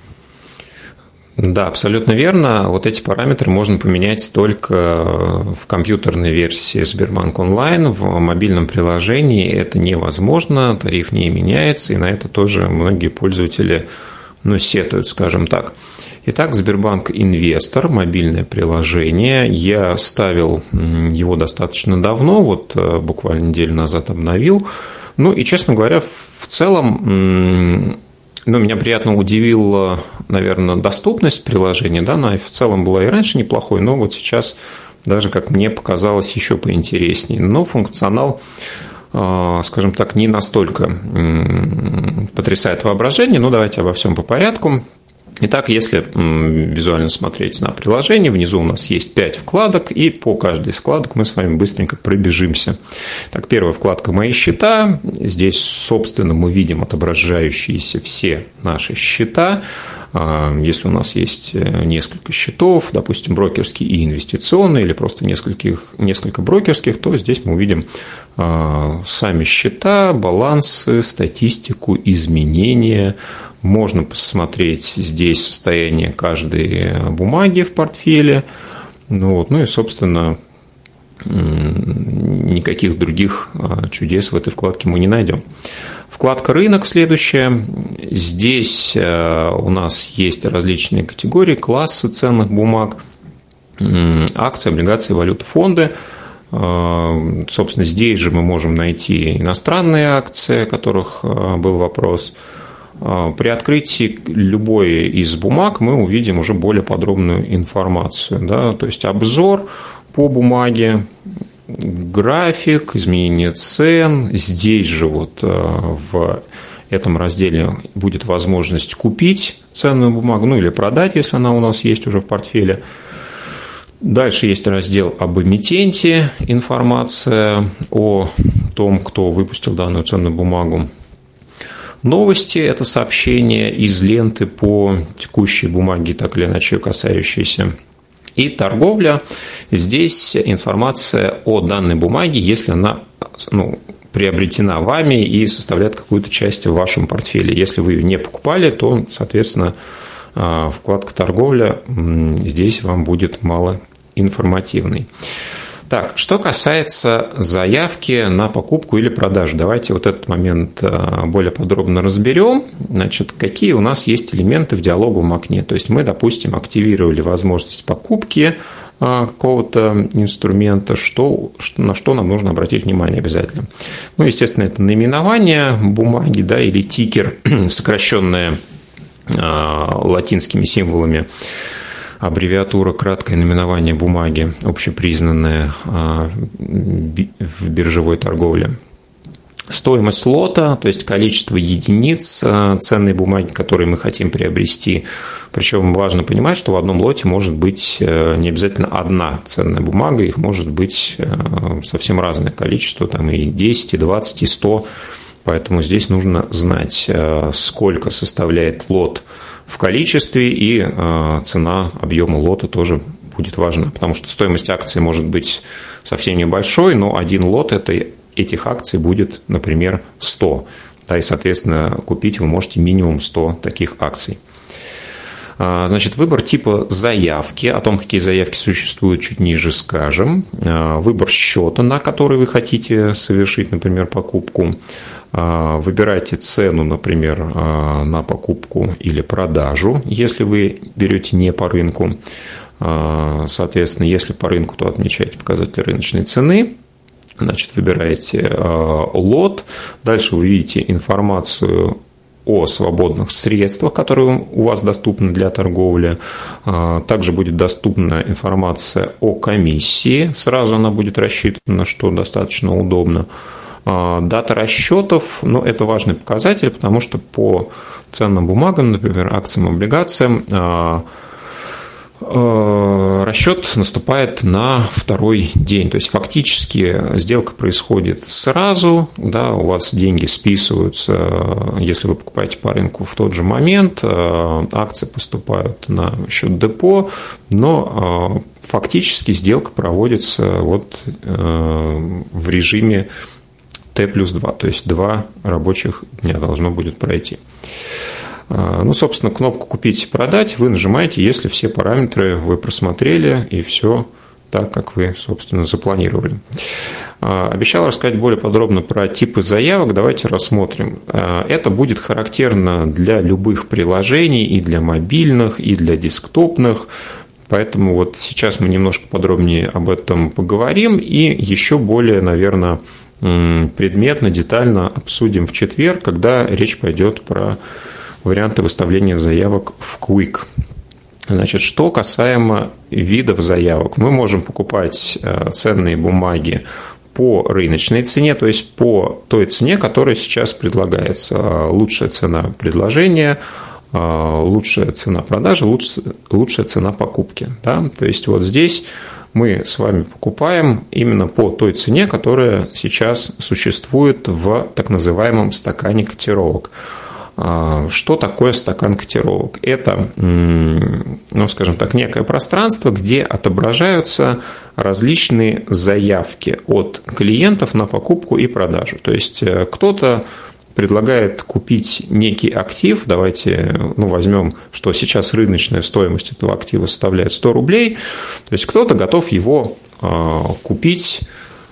Да, абсолютно верно. Вот эти параметры можно поменять только в компьютерной версии Сбербанк онлайн. В мобильном приложении это невозможно, тариф не меняется, и на это тоже многие пользователи сетуют, скажем так. Итак, Сбербанк Инвестор, мобильное приложение. Я ставил его достаточно давно, буквально неделю назад обновил. И, честно говоря, в целом, меня приятно удивила, наверное, доступность приложения, она в целом была и раньше неплохой, но вот сейчас даже, как мне показалось, еще поинтереснее. Но функционал, скажем так, не настолько потрясает воображение, давайте обо всем по порядку. Итак, если визуально смотреть на приложение, внизу у нас есть 5 вкладок, и по каждой из вкладок мы с вами быстренько пробежимся. Так, первая вкладка «Мои счета». Здесь, собственно, мы видим отображающиеся все наши счета. Если у нас есть несколько счетов, допустим, брокерский и инвестиционный, или просто несколько брокерских, то здесь мы увидим сами счета, балансы, статистику, изменения. Можно посмотреть здесь состояние каждой бумаги в портфеле. И, собственно, никаких других чудес в этой вкладке мы не найдем. Вкладка «Рынок» следующая. Здесь у нас есть различные категории, классы ценных бумаг, акции, облигации, валюты, фонды. Собственно, здесь же мы можем найти иностранные акции, о которых был вопрос. При открытии любой из бумаг мы увидим уже более подробную информацию. Да? То есть обзор по бумаге, график, изменение цен. Здесь же вот в этом разделе будет возможность купить ценную бумагу, ну или продать, если она у нас есть уже в портфеле. Дальше есть раздел об эмитенте, информация о том, кто выпустил данную ценную бумагу. Новости – это сообщения из ленты по текущей бумаге, так или иначе касающиеся. И торговля. Здесь информация о данной бумаге, если она приобретена вами и составляет какую-то часть в вашем портфеле. Если вы ее не покупали, то, соответственно, вкладка «Торговля» здесь вам будет малоинформативной. Так, что касается заявки на покупку или продажу, давайте вот этот момент более подробно разберем. Значит, какие у нас есть элементы в диалоговом окне? То есть мы, допустим, активировали возможность покупки какого-то инструмента, на что нам нужно обратить внимание обязательно. Ну, естественно, это наименование бумаги, да, или тикер, сокращенное латинскими символами, аббревиатура, краткое наименование бумаги, общепризнанное в биржевой торговле. Стоимость лота, то есть количество единиц ценной бумаги, которые мы хотим приобрести. Причем важно понимать, что в одном лоте может быть не обязательно одна ценная бумага, их может быть совсем разное количество, там и 10, и 20, и 100. Поэтому здесь нужно знать, сколько составляет лот в количестве, и цена объема лота тоже будет важна, потому что стоимость акции может быть совсем небольшой, но один лот этих акций будет, например, 100. Да, и, соответственно, купить вы можете минимум 100 таких акций. Значит, выбор типа заявки, о том, какие заявки существуют, чуть ниже скажем. Выбор счета, на который вы хотите совершить, например, покупку. Выбирайте цену, например, на покупку или продажу, если вы берете не по рынку. Соответственно, если по рынку, то отмечайте показатель рыночной цены. Значит, выбираете лот. Дальше вы видите информацию о свободных средствах, которые у вас доступны для торговли. Также будет доступна информация о комиссии. Сразу она будет рассчитана, что достаточно удобно. Дата расчетов, это важный показатель, потому что по ценным бумагам, например, акциям, облигациям, расчет наступает на второй день. То есть фактически сделка происходит сразу, да, у вас деньги списываются, если вы покупаете по рынку, в тот же момент, акции поступают на счет депо, но фактически сделка проводится в режиме T+2, то есть 2 рабочих дня должно будет пройти. Собственно, кнопку «Купить и продать» вы нажимаете, если все параметры вы просмотрели и все так, как вы, собственно, запланировали. Обещал рассказать более подробно про типы заявок. Давайте рассмотрим. Это будет характерно для любых приложений, и для мобильных, и для десктопных. Поэтому сейчас мы немножко подробнее об этом поговорим и еще более, наверное, предметно, детально обсудим в четверг, когда речь пойдет про варианты выставления заявок в Quick. Значит, что касаемо видов заявок, мы можем покупать ценные бумаги по рыночной цене, то есть по той цене, которая сейчас предлагается. Лучшая цена предложения, лучшая цена продажи, лучшая цена покупки. Да? То есть здесь мы с вами покупаем именно по той цене, которая сейчас существует в так называемом стакане котировок. Что такое стакан котировок? Это, скажем так, некое пространство, где отображаются различные заявки от клиентов на покупку и продажу. То есть кто-то предлагает купить некий актив, давайте возьмем, что сейчас рыночная стоимость этого актива составляет 100 рублей, то есть кто-то готов его купить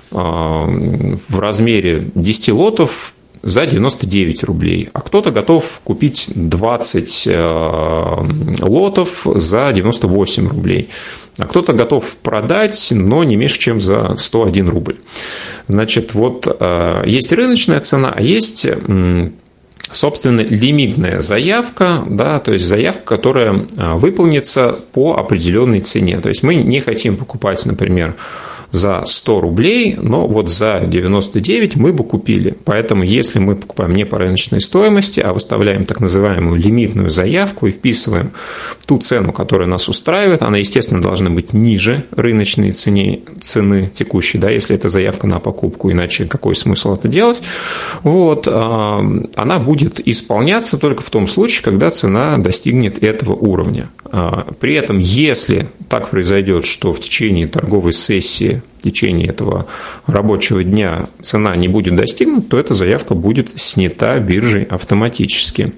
в размере 10 лотов за 99 рублей, а кто-то готов купить 20 лотов за 98 рублей, а кто-то готов продать, но не меньше, чем за 101 рубль. Значит, есть рыночная цена, а есть собственно, лимитная заявка, да, то есть заявка, которая выполнится по определенной цене. То есть мы не хотим покупать, например, за 100 рублей, но вот за 99 мы бы купили. Поэтому, если мы покупаем не по рыночной стоимости, а выставляем так называемую лимитную заявку и вписываем ту цену, которая нас устраивает, она, естественно, должна быть ниже рыночной цены текущей, да, если это заявка на покупку, иначе какой смысл это делать? Вот, она будет исполняться только в том случае, когда цена достигнет этого уровня. При этом, если так произойдет, что в течение торговой сессии, в течение этого рабочего дня цена не будет достигнута, то эта заявка будет снята биржей автоматически.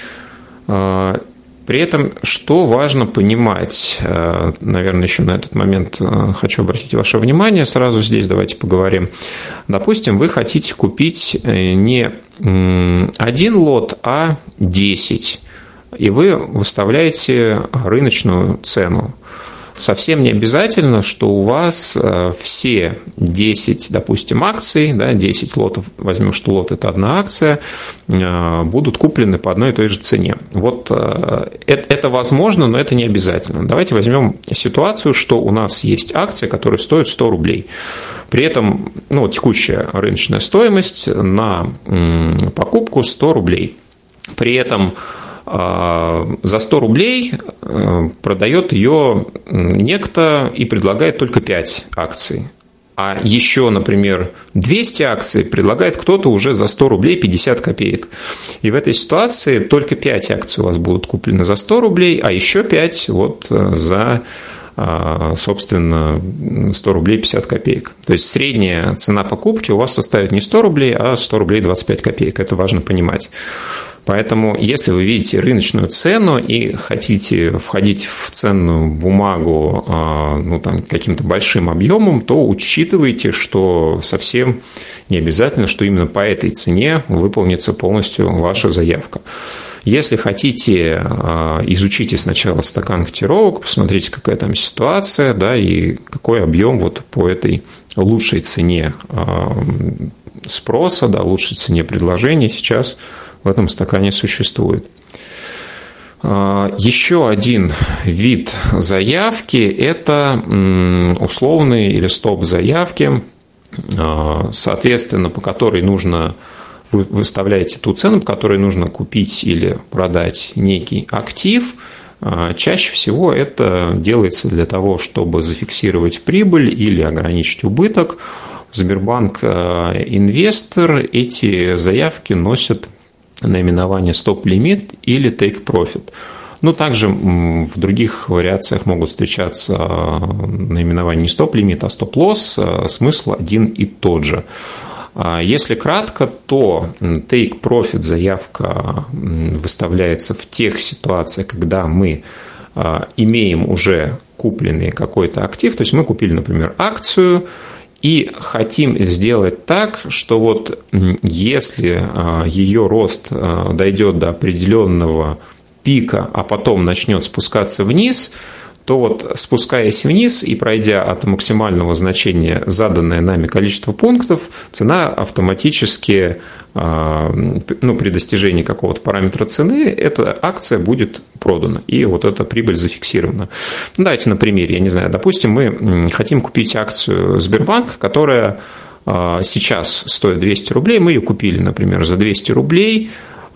При этом, что важно понимать, наверное, еще на этот момент хочу обратить ваше внимание, сразу здесь давайте поговорим. Допустим, вы хотите купить не один лот, а 10, и вы выставляете рыночную цену. Совсем не обязательно, что у вас все 10, допустим, акций, да, 10 лотов, возьмем, что лот – это одна акция, будут куплены по одной и той же цене. Вот это возможно, но это не обязательно. Давайте возьмем ситуацию, что у нас есть акция, которая стоит 100 рублей. При этом текущая рыночная стоимость на покупку 100 рублей. При этом за 100 рублей продает ее некто и предлагает только 5 акций. А еще, например, 200 акций предлагает кто-то уже за 100 рублей 50 копеек. И в этой ситуации только 5 акций у вас будут куплены за 100 рублей, а еще 5 вот за, собственно, 100 рублей 50 копеек. То есть средняя цена покупки у вас составит не 100 рублей, а 100 рублей 25 копеек. Это важно понимать. Поэтому, если вы видите рыночную цену и хотите входить в ценную бумагу каким-то большим объемом, то учитывайте, что совсем не обязательно, что именно по этой цене выполнится полностью ваша заявка. Если хотите, изучите сначала стакан котировок, посмотрите, какая там ситуация, да, и какой объем вот по этой лучшей цене спроса, да, лучшей цене предложения сейчас в этом стакане существует. Еще один вид заявки – это условные или стоп-заявки, соответственно, по которой нужно, вы выставляете ту цену, по которой нужно купить или продать некий актив. Чаще всего это делается для того, чтобы зафиксировать прибыль или ограничить убыток. Сбербанк Инвестор эти заявки носят наименование стоп-лимит или take-profit. Также в других вариациях могут встречаться наименования не стоп-лимит, а стоп-лосс. Смысл один и тот же. Если кратко, то take-profit заявка выставляется в тех ситуациях, когда мы имеем уже купленный какой-то актив, то есть мы купили, например, акцию, и хотим сделать так, что вот если ее рост дойдет до определенного пика, а потом начнет спускаться вниз, то вот спускаясь вниз и пройдя от максимального значения заданное нами количество пунктов, цена автоматически, при достижении какого-то параметра цены, эта акция будет продана, и вот эта прибыль зафиксирована. Давайте на примере, я не знаю, допустим, мы хотим купить акцию Сбербанка, которая сейчас стоит 200 рублей, мы ее купили, например, за 200 рублей,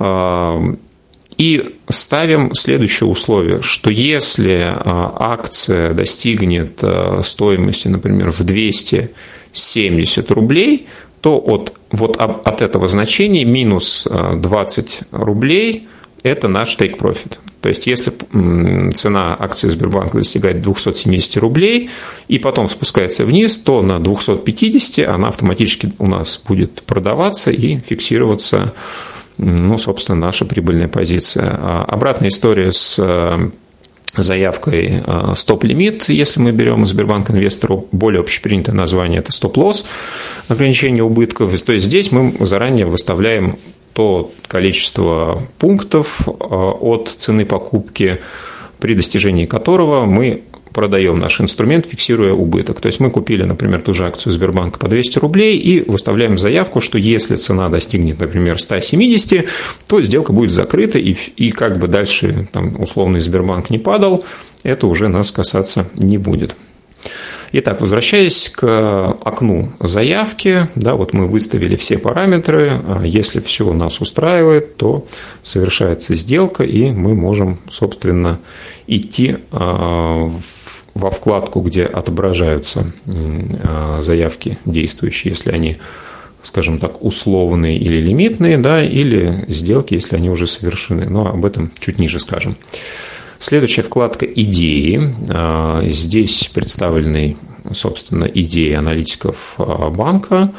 и ставим следующее условие, что если акция достигнет стоимости, например, в 270 рублей, то от этого значения минус 20 рублей – это наш take-profit. То есть, если цена акции Сбербанка достигает 270 рублей и потом спускается вниз, то на 250 она автоматически у нас будет продаваться и фиксироваться, собственно, наша прибыльная позиция. Обратная история с заявкой стоп-лимит, если мы берем Сбербанк Инвестору, более общепринятое название – это стоп-лосс, ограничение убытков. То есть, здесь мы заранее выставляем то количество пунктов от цены покупки, при достижении которого мы продаем наш инструмент, фиксируя убыток. То есть мы купили, например, ту же акцию Сбербанка по 200 рублей и выставляем заявку, что если цена достигнет, например, 170, то сделка будет закрыта, и как бы дальше там, условный Сбербанк не падал, это уже нас касаться не будет. Итак, возвращаясь к окну заявки, да, вот мы выставили все параметры, если все нас устраивает, то совершается сделка, и мы можем, собственно, идти во вкладку, где отображаются заявки действующие, если они, скажем так, условные или лимитные, да, или сделки, если они уже совершены, но об этом чуть ниже скажем. Следующая вкладка «Идеи». Здесь представлены, собственно, идеи аналитиков банка.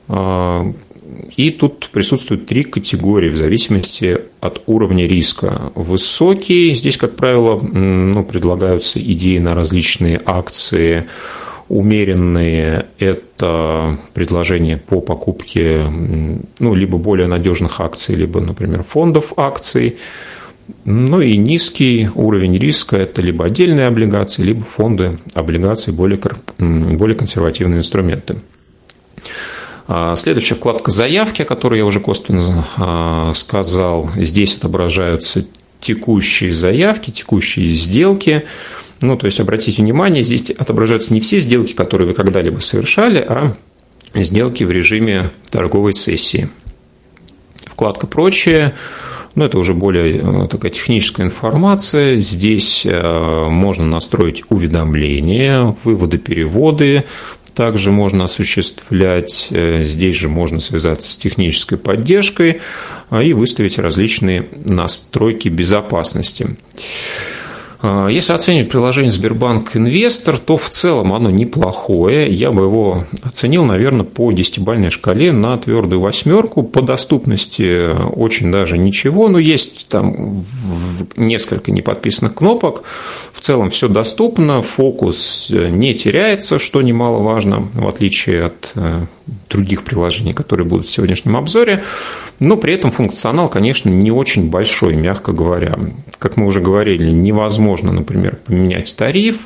И тут присутствуют 3 категории в зависимости от уровня риска. Высокий, здесь, как правило, предлагаются идеи на различные акции. Умеренные – это предложения по покупке либо более надежных акций, либо, например, фондов акций. Ну и низкий уровень риска – это либо отдельные облигации, либо фонды облигаций, более консервативные инструменты. Следующая вкладка «Заявки», о которой я уже косвенно сказал. Здесь отображаются текущие заявки, текущие сделки. То есть, обратите внимание, здесь отображаются не все сделки, которые вы когда-либо совершали, а сделки в режиме торговой сессии. Вкладка «Прочее». Это уже более такая техническая информация. Здесь можно настроить уведомления, выводы, переводы. Также можно осуществлять, здесь же можно связаться с технической поддержкой и выставить различные настройки безопасности. Если оценивать приложение Сбербанк Инвестор, то в целом оно неплохое. Я бы его оценил, наверное, по 10-бальной шкале на твердую 8. По доступности очень даже ничего, но есть там несколько неподписанных кнопок. В целом все доступно, фокус не теряется, что немаловажно, в отличие от других приложений, которые будут в сегодняшнем обзоре. Но при этом функционал, конечно, не очень большой, мягко говоря. Как мы уже говорили, невозможно, например, поменять тариф.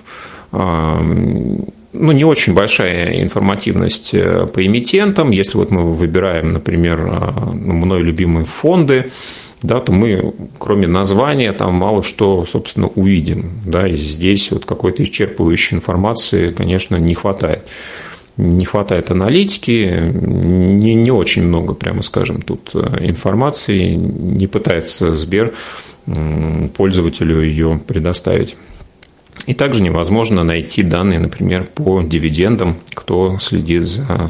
Не очень большая информативность по эмитентам. Если вот мы выбираем, например, мной любимые фонды, да, то мы, кроме названия, там мало что, собственно, увидим. Да, и здесь вот какой-то исчерпывающей информации, конечно, не хватает. Не хватает аналитики, не очень много, прямо скажем, тут информации, не пытается Сбер пользователю ее предоставить. И также невозможно найти данные, например, по дивидендам, кто следит за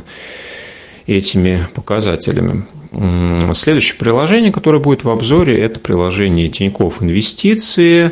этими показателями. Следующее приложение, которое будет в обзоре, это приложение Тинькофф Инвестиции.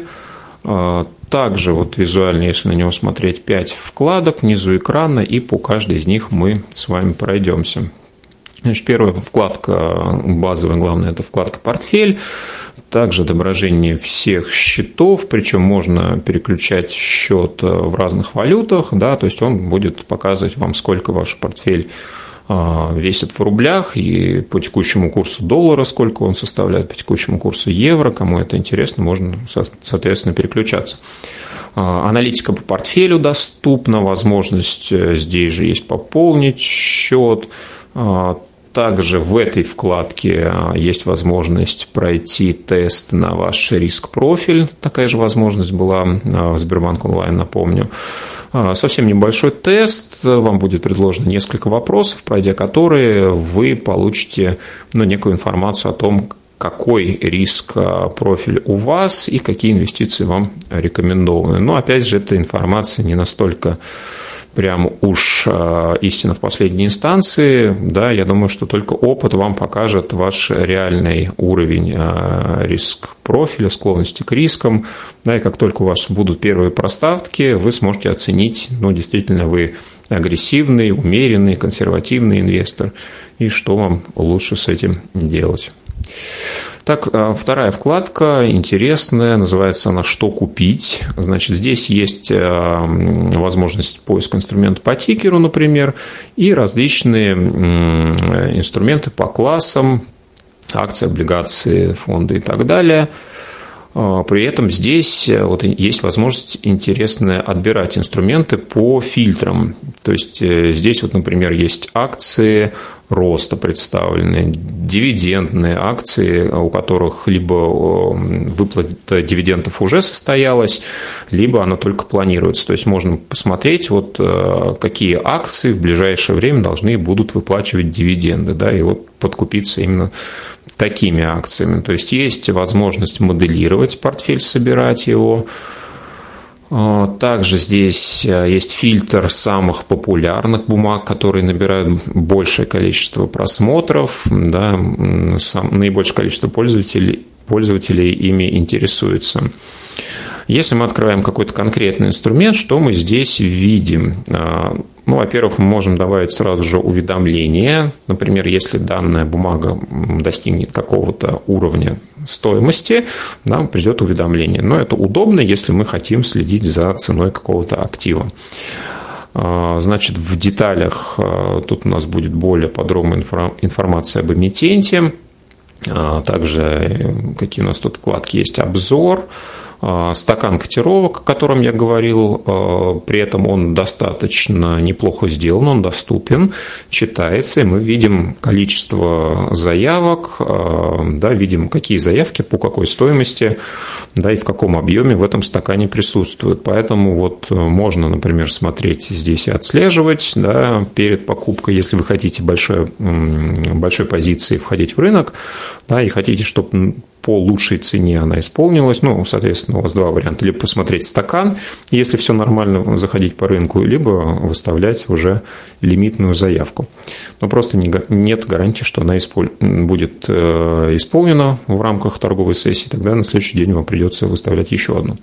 Также вот визуально, если на него смотреть, 5 вкладок внизу экрана, и по каждой из них мы с вами пройдемся. Значит, первая вкладка базовая, главное, это вкладка «Портфель». Также отображение всех счетов, причем можно переключать счет в разных валютах, да, то есть он будет показывать вам, сколько ваш портфель весит в рублях, и по текущему курсу доллара, сколько он составляет, по текущему курсу евро. Кому это интересно, можно, соответственно, переключаться. Аналитика по портфелю доступна, возможность здесь же есть пополнить счет. Также в этой вкладке есть возможность пройти тест на ваш риск-профиль. Такая же возможность была в Сбербанк онлайн, напомню. Совсем небольшой тест, вам будет предложено несколько вопросов, пройдя которые вы получите некую информацию о том, какой риск-профиль у вас и какие инвестиции вам рекомендованы. Но опять же, эта информация не настолько прям уж истина в последней инстанции, да, я думаю, что только опыт вам покажет ваш реальный уровень риск-профиля, склонности к рискам, да, и как только у вас будут первые проставки, вы сможете оценить, действительно вы агрессивный, умеренный, консервативный инвестор, и что вам лучше с этим делать. Так, вторая вкладка интересная, называется она «Что купить?». Значит, здесь есть возможность поиска инструмента по тикеру, например, и различные инструменты по классам, акции, облигации, фонды и так далее. При этом здесь вот есть возможность интересная отбирать инструменты по фильтрам. То есть здесь, вот, например, есть акции роста представлены, дивидендные акции, у которых либо выплата дивидендов уже состоялась, либо она только планируется. То есть можно посмотреть, вот, какие акции в ближайшее время должны будут выплачивать дивиденды, да, и вот подкупиться именно такими акциями. То есть есть возможность моделировать портфель, собирать его. Также здесь есть фильтр самых популярных бумаг, которые набирают большее количество просмотров, да, наибольшее количество пользователей ими интересуется. Если мы открываем какой-то конкретный инструмент, что мы здесь видим? Ну, во-первых, мы можем добавить сразу же уведомления. Например, если данная бумага достигнет какого-то уровня стоимости, нам придет уведомление. Но это удобно, если мы хотим следить за ценой какого-то актива. Значит, в деталях тут у нас будет более подробная информация об эмитенте. Также какие у нас тут вкладки есть: обзор, стакан котировок, о котором я говорил, при этом он достаточно неплохо сделан, он доступен, читается, и мы видим количество заявок, да, видим, какие заявки, по какой стоимости, да, и в каком объеме в этом стакане присутствуют. Поэтому вот можно, например, смотреть здесь и отслеживать, да, перед покупкой, если вы хотите большой позиции входить в рынок, да, и хотите, чтобы по лучшей цене она исполнилась. Ну, соответственно, у вас два варианта: либо посмотреть стакан, если все нормально, заходить по рынку, либо выставлять уже лимитную заявку. Но просто нет гарантии, что она будет исполнена в рамках торговой сессии, тогда на следующий день вам придется выставлять еще одну.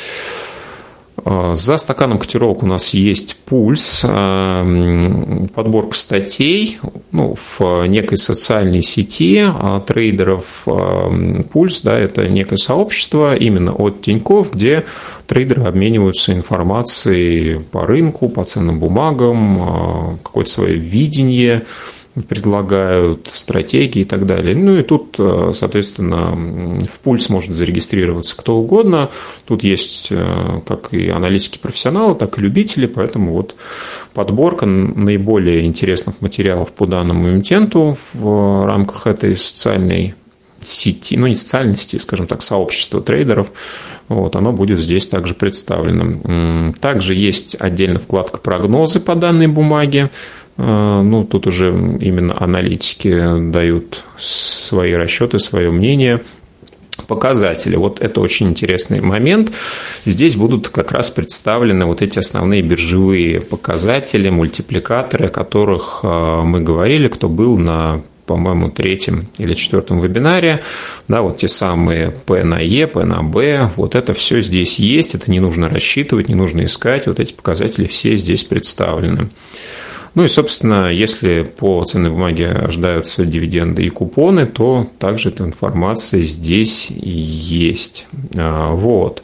За стаканом котировок у нас есть пульс, подборка статей, ну, в некой социальной сети трейдеров. Пульс, да, это некое сообщество именно от Тинькофф, где трейдеры обмениваются информацией по рынку, по ценным бумагам, какое-то свое видение предлагают, стратегии и так далее. Ну и тут, соответственно, в пульс может зарегистрироваться кто угодно. Тут есть как и аналитики-профессионалы, так и любители, поэтому вот подборка наиболее интересных материалов по данному эмитенту в рамках этой социальной сети, ну не социальной сети, скажем так, сообщества трейдеров, вот, оно будет здесь также представлено. Также есть отдельно вкладка «Прогнозы» по данной бумаге. Ну, тут уже именно аналитики дают свои расчеты, свое мнение. Показатели. Вот это очень интересный момент. Здесь будут как раз представлены вот эти основные биржевые показатели, мультипликаторы, о которых мы говорили, кто был на, по-моему, 3-м или 4-м вебинаре, да, вот те самые P на E, P на B, вот это все здесь есть, это не нужно рассчитывать, не нужно искать, вот эти показатели все здесь представлены. Ну и, собственно, если по ценной бумаге ожидаются дивиденды и купоны, то также эта информация здесь есть. Вот.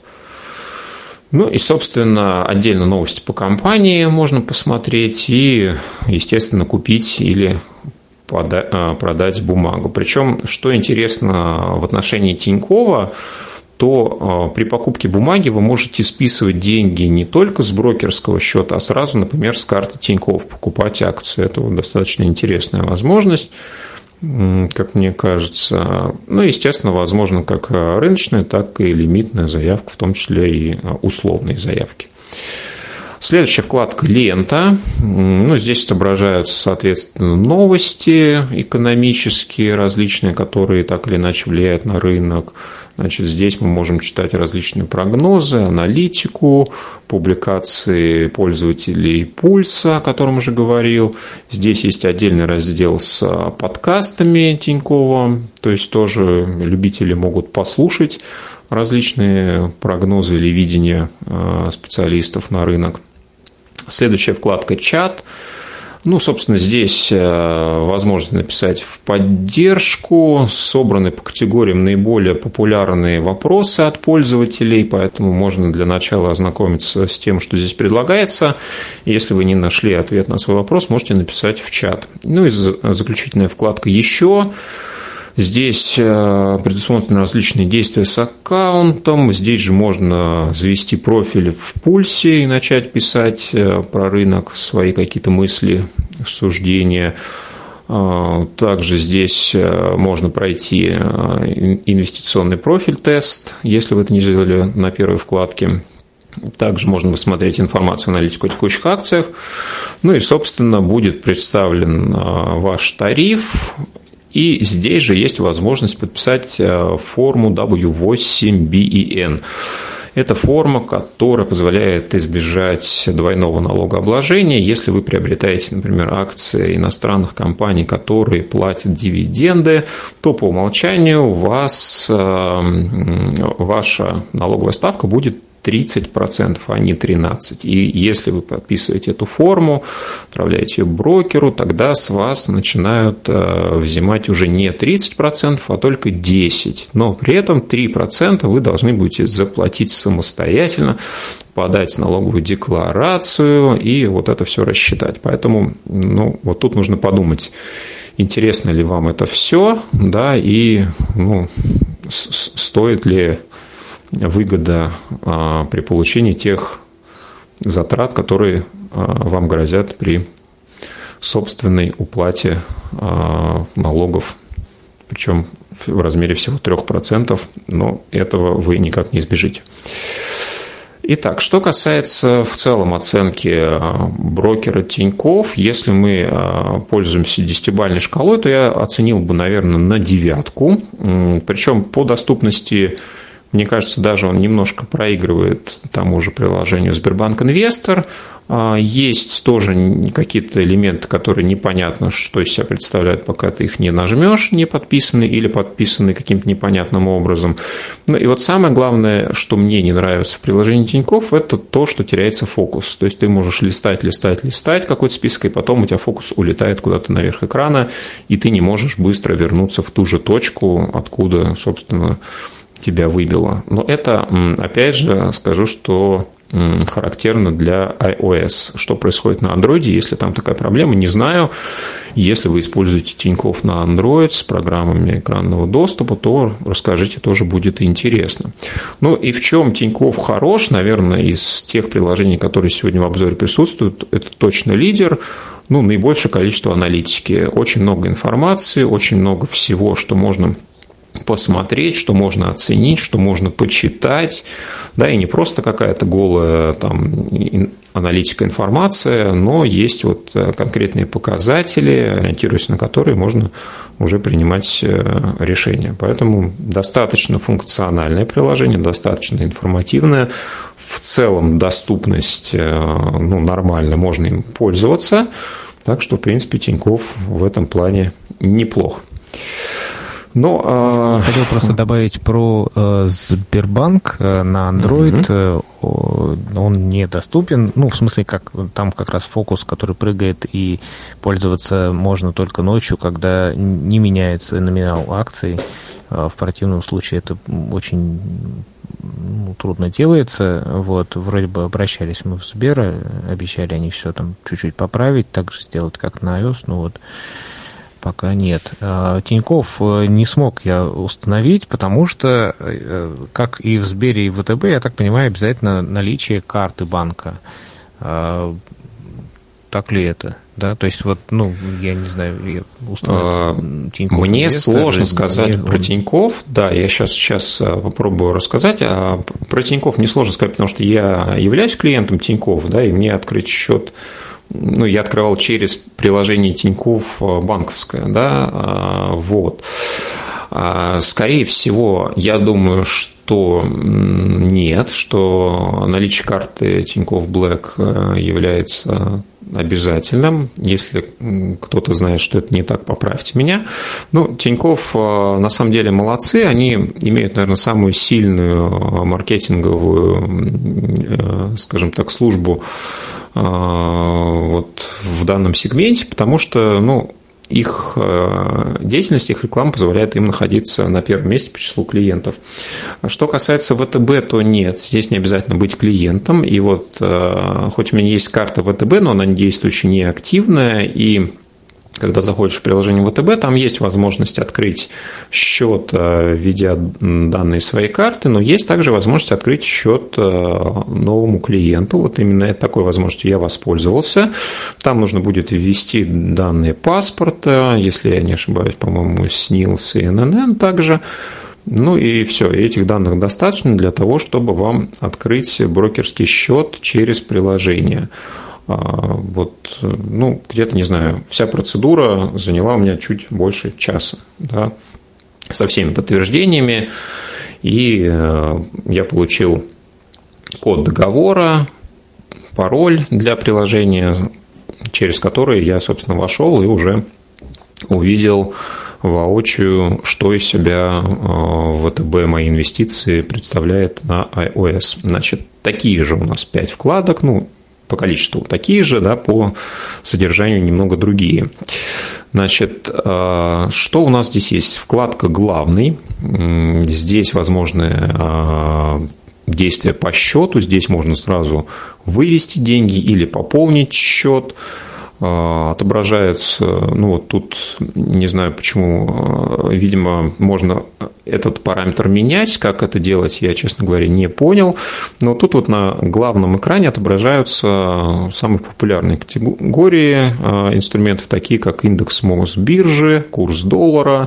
Ну и, собственно, отдельно новости по компании можно посмотреть и, естественно, купить или продать бумагу. Причем, что интересно в отношении Тинькова, то при покупке бумаги вы можете списывать деньги не только с брокерского счета, а сразу, например, с карты Тинькофф покупать акции. Это вот достаточно интересная возможность, как мне кажется. Ну, естественно, возможно как рыночная, так и лимитная заявка, в том числе и условные заявки. Следующая вкладка «Лента». Ну, здесь отображаются, соответственно, новости экономические различные, которые так или иначе влияют на рынок. Значит, здесь мы можем читать различные прогнозы, аналитику, публикации пользователей «Пульса», о котором уже говорил. Здесь есть отдельный раздел с подкастами Тинькова, то есть тоже любители могут послушать различные прогнозы или видения специалистов на рынок. Следующая вкладка «Чат». Ну, собственно, здесь возможность написать в поддержку, собраны по категориям наиболее популярные вопросы от пользователей, поэтому можно для начала ознакомиться с тем, что здесь предлагается. Если вы не нашли ответ на свой вопрос, можете написать в чат. Ну и заключительная вкладка «Еще». Здесь предусмотрены различные действия с аккаунтом. Здесь же можно завести профиль в Пульсе и начать писать про рынок свои какие-то мысли, суждения. Также здесь можно пройти инвестиционный профиль-тест, если вы это не сделали на первой вкладке. Также можно посмотреть информацию, аналитику о текущих акциях. Ну и, собственно, будет представлен ваш тариф. И здесь же есть возможность подписать форму W8BEN. Это форма, которая позволяет избежать двойного налогообложения, если вы приобретаете, например, акции иностранных компаний, которые платят дивиденды, то по умолчанию у вас ваша налоговая ставка будет 30%, а не 13%. И если вы подписываете эту форму, отправляете ее брокеру, тогда с вас начинают взимать уже не 30%, а только 10%. Но при этом 3% вы должны будете заплатить самостоятельно, подать налоговую декларацию и вот это все рассчитать. Поэтому вот тут нужно подумать, интересно ли вам это все, да, и стоит ли выгода при получении тех затрат, которые вам грозят при собственной уплате налогов, причем в размере всего 3%, но этого вы никак не избежите. Итак, что касается в целом оценки брокера Тинькофф, если мы пользуемся 10-бальной шкалой, то я оценил бы, наверное, на 9. Причем по доступности, мне кажется, даже он немножко проигрывает тому же приложению Сбербанк Инвестор. Есть тоже какие-то элементы, которые непонятно, что из себя представляют, пока ты их не нажмешь, не подписаны или подписаны каким-то непонятным образом. Ну и вот самое главное, что мне не нравится в приложении Тинькофф, это то, что теряется фокус. То есть ты можешь листать какой-то список, и потом у тебя фокус улетает куда-то наверх экрана, и ты не можешь быстро вернуться в ту же точку, откуда, собственно, тебя выбило. Но это, опять же, скажу, что характерно для iOS. Что происходит на Android, если там такая проблема, не знаю. Если вы используете Тинькофф на Android с программами экранного доступа, то расскажите, тоже будет интересно. Ну и в чем Тинькофф хорош, наверное, из тех приложений, которые сегодня в обзоре присутствуют, это точно лидер. Наибольшее количество аналитики. Очень много информации, очень много всего, что можно посмотреть, что можно оценить, что можно почитать, да, и не просто какая-то голая там аналитика, информация, но есть вот конкретные показатели, ориентируясь на которые можно уже принимать решения. Поэтому достаточно функциональное приложение, достаточно информативное, в целом доступность нормально, можно им пользоваться, так что, в принципе, Тинькофф в этом плане неплох. Хотел просто добавить про Сбербанк на Android. Он недоступен. В смысле, там как раз фокус, который прыгает, и пользоваться можно только ночью, когда не меняется номинал акций. В противном случае это очень трудно делается. Вроде бы обращались мы в Сбер, обещали они все там чуть-чуть поправить, так же сделать, как на iOS, пока нет. Тинькофф не смог я установить, потому что, как и в Сбере, и в ВТБ, я так понимаю, обязательно наличие карты банка. Так ли это? Да, то есть я не знаю, установить Тинькофф. Мне сложно сказать про Тинькофф. Да, я сейчас попробую рассказать. Про Тинькофф не сложно сказать, потому что я являюсь клиентом Тинькофф, да, и мне открыть счет. Я открывал через приложение Тинькофф банковское, да, Скорее всего, я думаю, что нет, что наличие карты Тинькофф Black является обязательным. Если кто-то знает, что это не так, поправьте меня. Тинькофф на самом деле молодцы. Они имеют, наверное, самую сильную маркетинговую, скажем так, службу в данном сегменте, потому что, их деятельность, их реклама позволяет им находиться на первом месте по числу клиентов. Что касается ВТБ, то нет, здесь не обязательно быть клиентом. И хоть у меня есть карта ВТБ, но она действующая, неактивная, и когда заходишь в приложение ВТБ, там есть возможность открыть счет, введя данные своей карты, но есть также возможность открыть счет новому клиенту. Вот именно такой возможностью я воспользовался. Там нужно будет ввести данные паспорта, если я не ошибаюсь, по-моему, СНИЛС и ННН также. Ну и все, этих данных достаточно для того, чтобы вам открыть брокерский счет через приложение. Вот, ну, где-то, не знаю, вся процедура заняла у меня чуть больше часа, да, со всеми подтверждениями, и я получил код договора, пароль для приложения, через который я, собственно, вошел и уже увидел воочию, что из себя ВТБ мои инвестиции представляет на iOS. Значит, такие же у нас 5 вкладок, ну, по количеству такие же, да, по содержанию немного другие. Значит, что у нас здесь есть? Вкладка «Главный». Здесь возможны действия по счету. Здесь можно сразу вывести деньги или пополнить счет. Отображается, ну вот тут, не знаю почему, видимо, можно этот параметр менять. Как это делать, я, честно говоря, не понял. Но тут вот на главном экране отображаются самые популярные категории инструментов, такие как индекс Мосбиржи, курс доллара,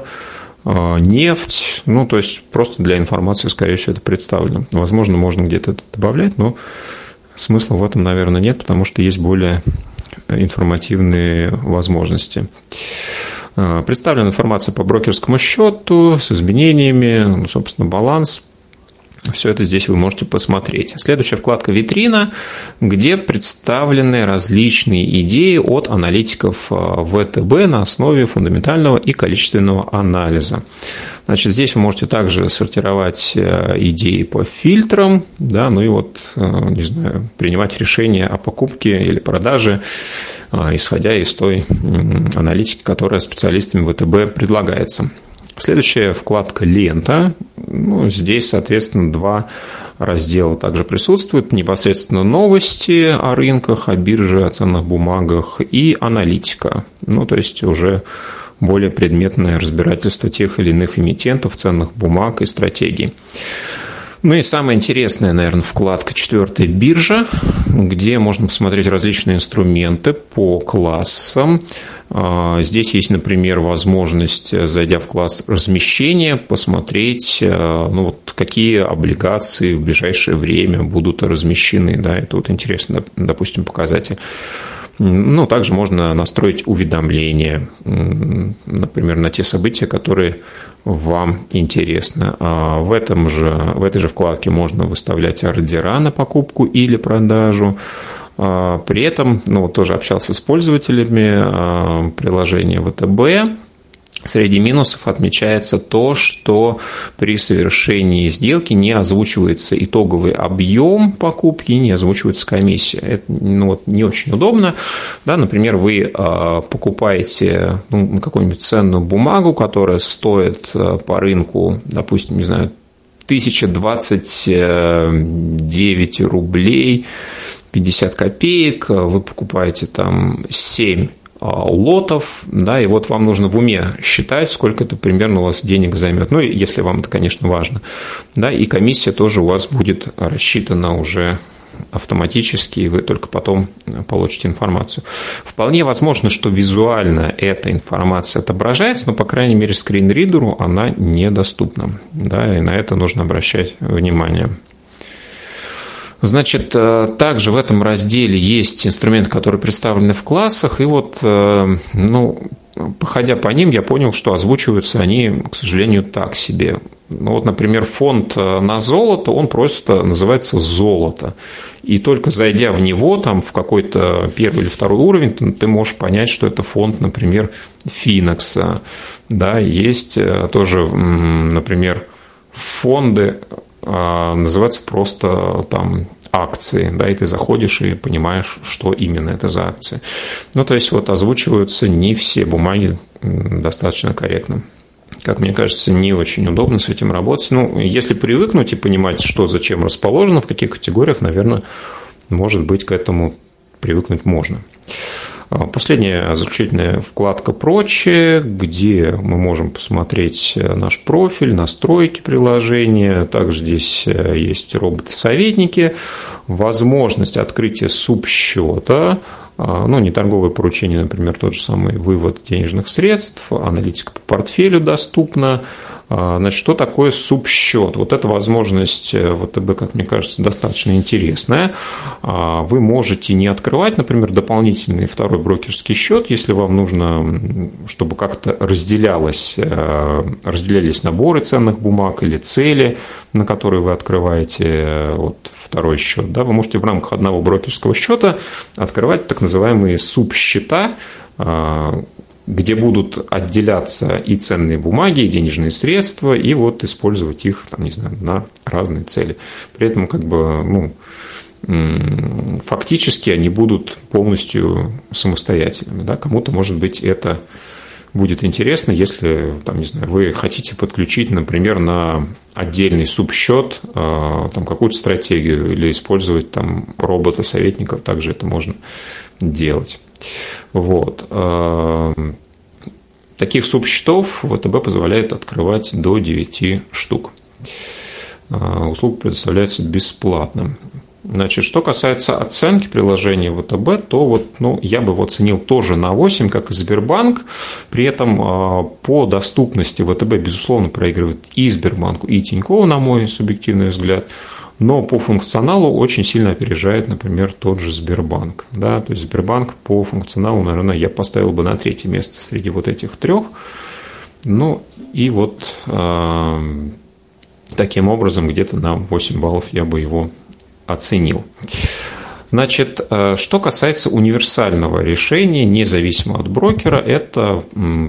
нефть. Ну, то есть просто для информации, скорее всего, это представлено. Возможно, можно где-то это добавлять, но смысла в этом, наверное, нет, потому что есть более информативные возможности. Представлена информация по брокерскому счету с изменениями, ну, собственно, баланс. Все это здесь вы можете посмотреть. Следующая вкладка «Витрина», где представлены различные идеи от аналитиков ВТБ на основе фундаментального и количественного анализа. Значит, здесь вы можете также сортировать идеи по фильтрам, да, ну и вот, не знаю, принимать решения о покупке или продаже, исходя из той аналитики, которая специалистами ВТБ предлагается. Следующая вкладка «Лента». Ну, здесь, соответственно, 2 раздела также присутствуют. Непосредственно новости о рынках, о бирже, о ценных бумагах и аналитика. Ну, то есть уже более предметное разбирательство тех или иных эмитентов, ценных бумаг и стратегий. Ну и самая интересная, наверное, вкладка 4 «Биржа», где можно посмотреть различные инструменты по классам. Здесь есть, например, возможность, зайдя в класс размещения, посмотреть, ну, вот, какие облигации в ближайшее время будут размещены. Да, это вот интересно, допустим, показатель. Ну, также можно настроить уведомления, например, на те события, которые вам интересны. В этой же вкладке можно выставлять ордера на покупку или продажу. При этом, ну, вот тоже общался с пользователями приложения ВТБ. Среди минусов отмечается то, что при совершении сделки не озвучивается итоговый объем покупки и не озвучивается комиссия. Это, ну, вот, не очень удобно. Да, например, вы покупаете, ну, какую-нибудь ценную бумагу, которая стоит по рынку, допустим, не знаю, 1029 рублей 50 копеек, вы покупаете там 7 лотов, да, и вот вам нужно в уме считать, сколько это примерно у вас денег займет, ну, если вам это, конечно, важно, да, и комиссия тоже у вас будет рассчитана уже автоматически, и вы только потом получите информацию. Вполне возможно, что визуально эта информация отображается, но, по крайней мере, скринридеру она недоступна, да, и на это нужно обращать внимание. Значит, также в этом разделе есть инструменты, которые представлены в классах, и вот, ну, походя по ним, я понял, что озвучиваются они, к сожалению, так себе. Ну, вот, например, фонд на золото, он просто называется «Золото». И только зайдя в него, там, в какой-то первый или второй уровень, ты можешь понять, что это фонд, например, Финекса. Да, есть тоже, например, фонды, называются просто там акции, да, и ты заходишь и понимаешь, что именно это за акции. Ну, то есть, вот озвучиваются не все бумаги достаточно корректно. Как мне кажется, не очень удобно с этим работать. Ну, если привыкнуть и понимать, что зачем расположено, в каких категориях, наверное, может быть, к этому привыкнуть можно. Последняя заключительная вкладка «Прочее», где мы можем посмотреть наш профиль, настройки приложения. Также здесь есть роботы-советники, возможность открытия субсчета, не торговые поручения, например, тот же самый вывод денежных средств, аналитика по портфелю доступна. Значит, что такое субсчет? Вот эта возможность ВТБ, как мне кажется, достаточно интересная. Вы можете не открывать, например, дополнительный второй брокерский счет, если вам нужно, чтобы как-то разделялись наборы ценных бумаг или цели, на которые вы открываете второй счет. Да, вы можете в рамках одного брокерского счета открывать так называемые субсчета, где будут отделяться и ценные бумаги, и денежные средства, и использовать их, на разные цели. При этом, фактически они будут полностью самостоятельными. Да? Кому-то, может быть, это будет интересно, если, вы хотите подключить, например, на отдельный субсчет какую-то стратегию или использовать робота-советников, также это можно делать. Таких субсчетов ВТБ позволяет открывать до 9 штук. Услуга предоставляется бесплатно. Значит, что касается оценки приложения ВТБ, то я бы его оценил тоже на 8, как и Сбербанк. При этом по доступности ВТБ, безусловно, проигрывает и Сбербанку, и Тинькову, на мой субъективный взгляд. Но по функционалу очень сильно опережает, например, тот же Сбербанк. Да? То есть Сбербанк по функционалу, наверное, я поставил бы на 3-е место среди этих 3. Таким образом, где-то на 8 баллов я бы его оценил. Значит, что касается универсального решения, независимо от брокера, это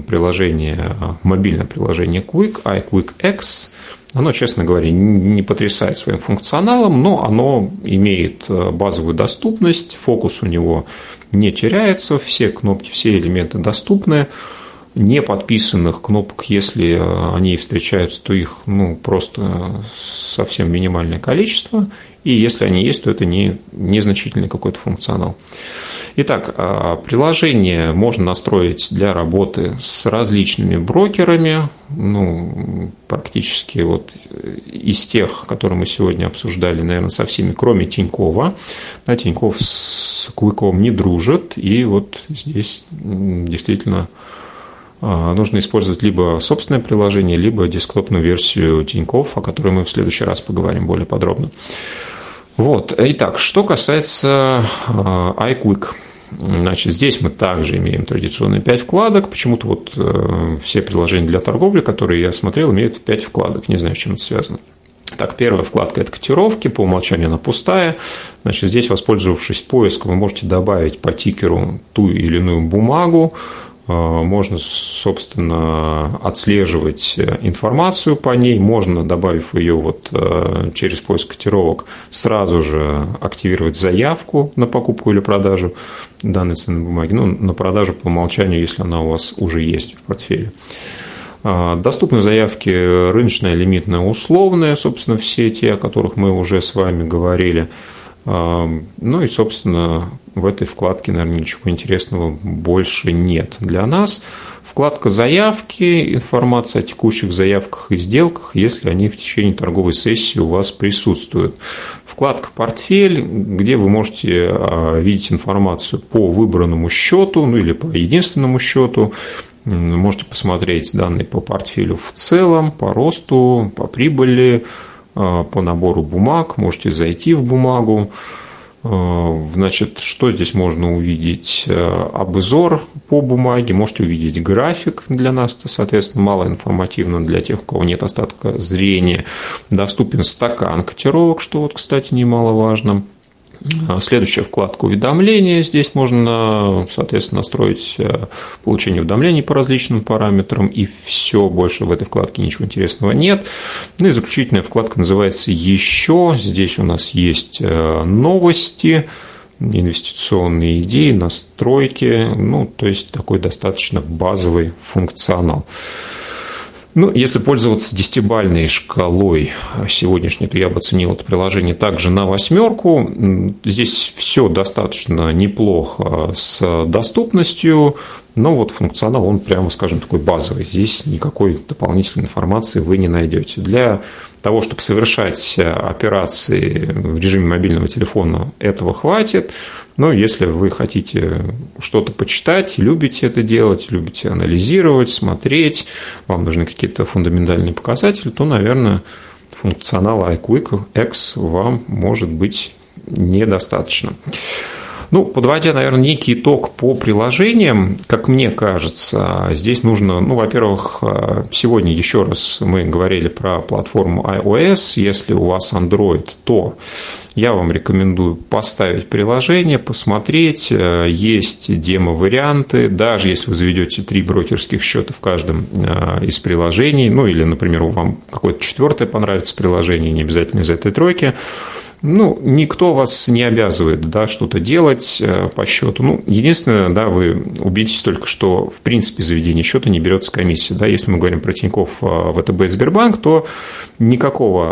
мобильное приложение Quick, iQuickX. Оно, честно говоря, не потрясает своим функционалом, но оно имеет базовую доступность, фокус у него не теряется, все кнопки, все элементы доступны. Не подписанных кнопок, если они встречаются, то их просто совсем минимальное количество. И если они есть, то это незначительный какой-то функционал. Итак, приложение можно настроить для работы с различными брокерами. Практически из тех, которые мы сегодня обсуждали, наверное, со всеми, кроме Тинькова. Тиньков с Квиком не дружит. И здесь действительно нужно использовать либо собственное приложение, либо десктопную версию Тинькофф, о которой мы в следующий раз поговорим более подробно. Итак, что касается iQuick. Значит, здесь мы также имеем традиционные 5 вкладок. Почему-то все приложения для торговли, которые я смотрел, имеют 5 вкладок. Не знаю, с чем это связано. Так, первая вкладка – это котировки, по умолчанию она пустая. Значит, здесь, воспользовавшись поиском, вы можете добавить по тикеру ту или иную бумагу. Можно, собственно, отслеживать информацию по ней, можно, добавив ее через поиск котировок, сразу же активировать заявку на покупку или продажу данной ценной бумаги, на продажу по умолчанию, если она у вас уже есть в портфеле. Доступны заявки рыночная, лимитная, условная, собственно, все те, о которых мы уже с вами говорили. И, собственно, в этой вкладке, наверное, ничего интересного больше нет для нас. Вкладка «Заявки», информация о текущих заявках и сделках, если они в течение торговой сессии у вас присутствуют. Вкладка «Портфель», где вы можете видеть информацию по выбранному счету, или по единственному счету. Можете посмотреть данные по портфелю в целом, по росту, по прибыли, по набору бумаг, можете зайти в бумагу. Значит, что здесь можно увидеть? Обзор по бумаге, можете увидеть график, для нас это, соответственно, малоинформативно, для тех, у кого нет остатка зрения. Доступен стакан котировок, что, кстати, немаловажно. Следующая вкладка «Уведомления». Здесь можно, соответственно, настроить получение уведомлений по различным параметрам, и все, больше в этой вкладке ничего интересного нет. И заключительная вкладка называется «Еще». Здесь у нас есть новости, инвестиционные идеи, настройки, то есть такой достаточно базовый функционал. Ну, если пользоваться 10-бальной шкалой сегодняшней, то я бы оценил это приложение также на 8. Здесь все достаточно неплохо с доступностью, но вот функционал, он прямо, скажем, такой базовый. Здесь никакой дополнительной информации вы не найдете. Для того, чтобы совершать операции в режиме мобильного телефона, этого хватит. Но если вы хотите что-то почитать, любите это делать, любите анализировать, смотреть, вам нужны какие-то фундаментальные показатели, то, наверное, функционала iQuick X вам может быть недостаточно. Ну, подводя, наверное, некий итог по приложениям, как мне кажется, здесь нужно, ну, во-первых, сегодня еще раз мы говорили про платформу iOS. Если у вас Android, то я вам рекомендую поставить приложение, посмотреть. Есть демо-варианты. Даже если вы заведете 3 брокерских счета в каждом из приложений, ну, или, например, вам какое-то 4-е понравится приложение, не обязательно из этой тройки, ну, никто вас не обязывает, да, что-то делать по счету. Ну, единственное, да, вы убедитесь только, что, в принципе, заведение счета не берется комиссия. Да, если мы говорим про Тинькофф, ВТБ и Сбербанк, то никакой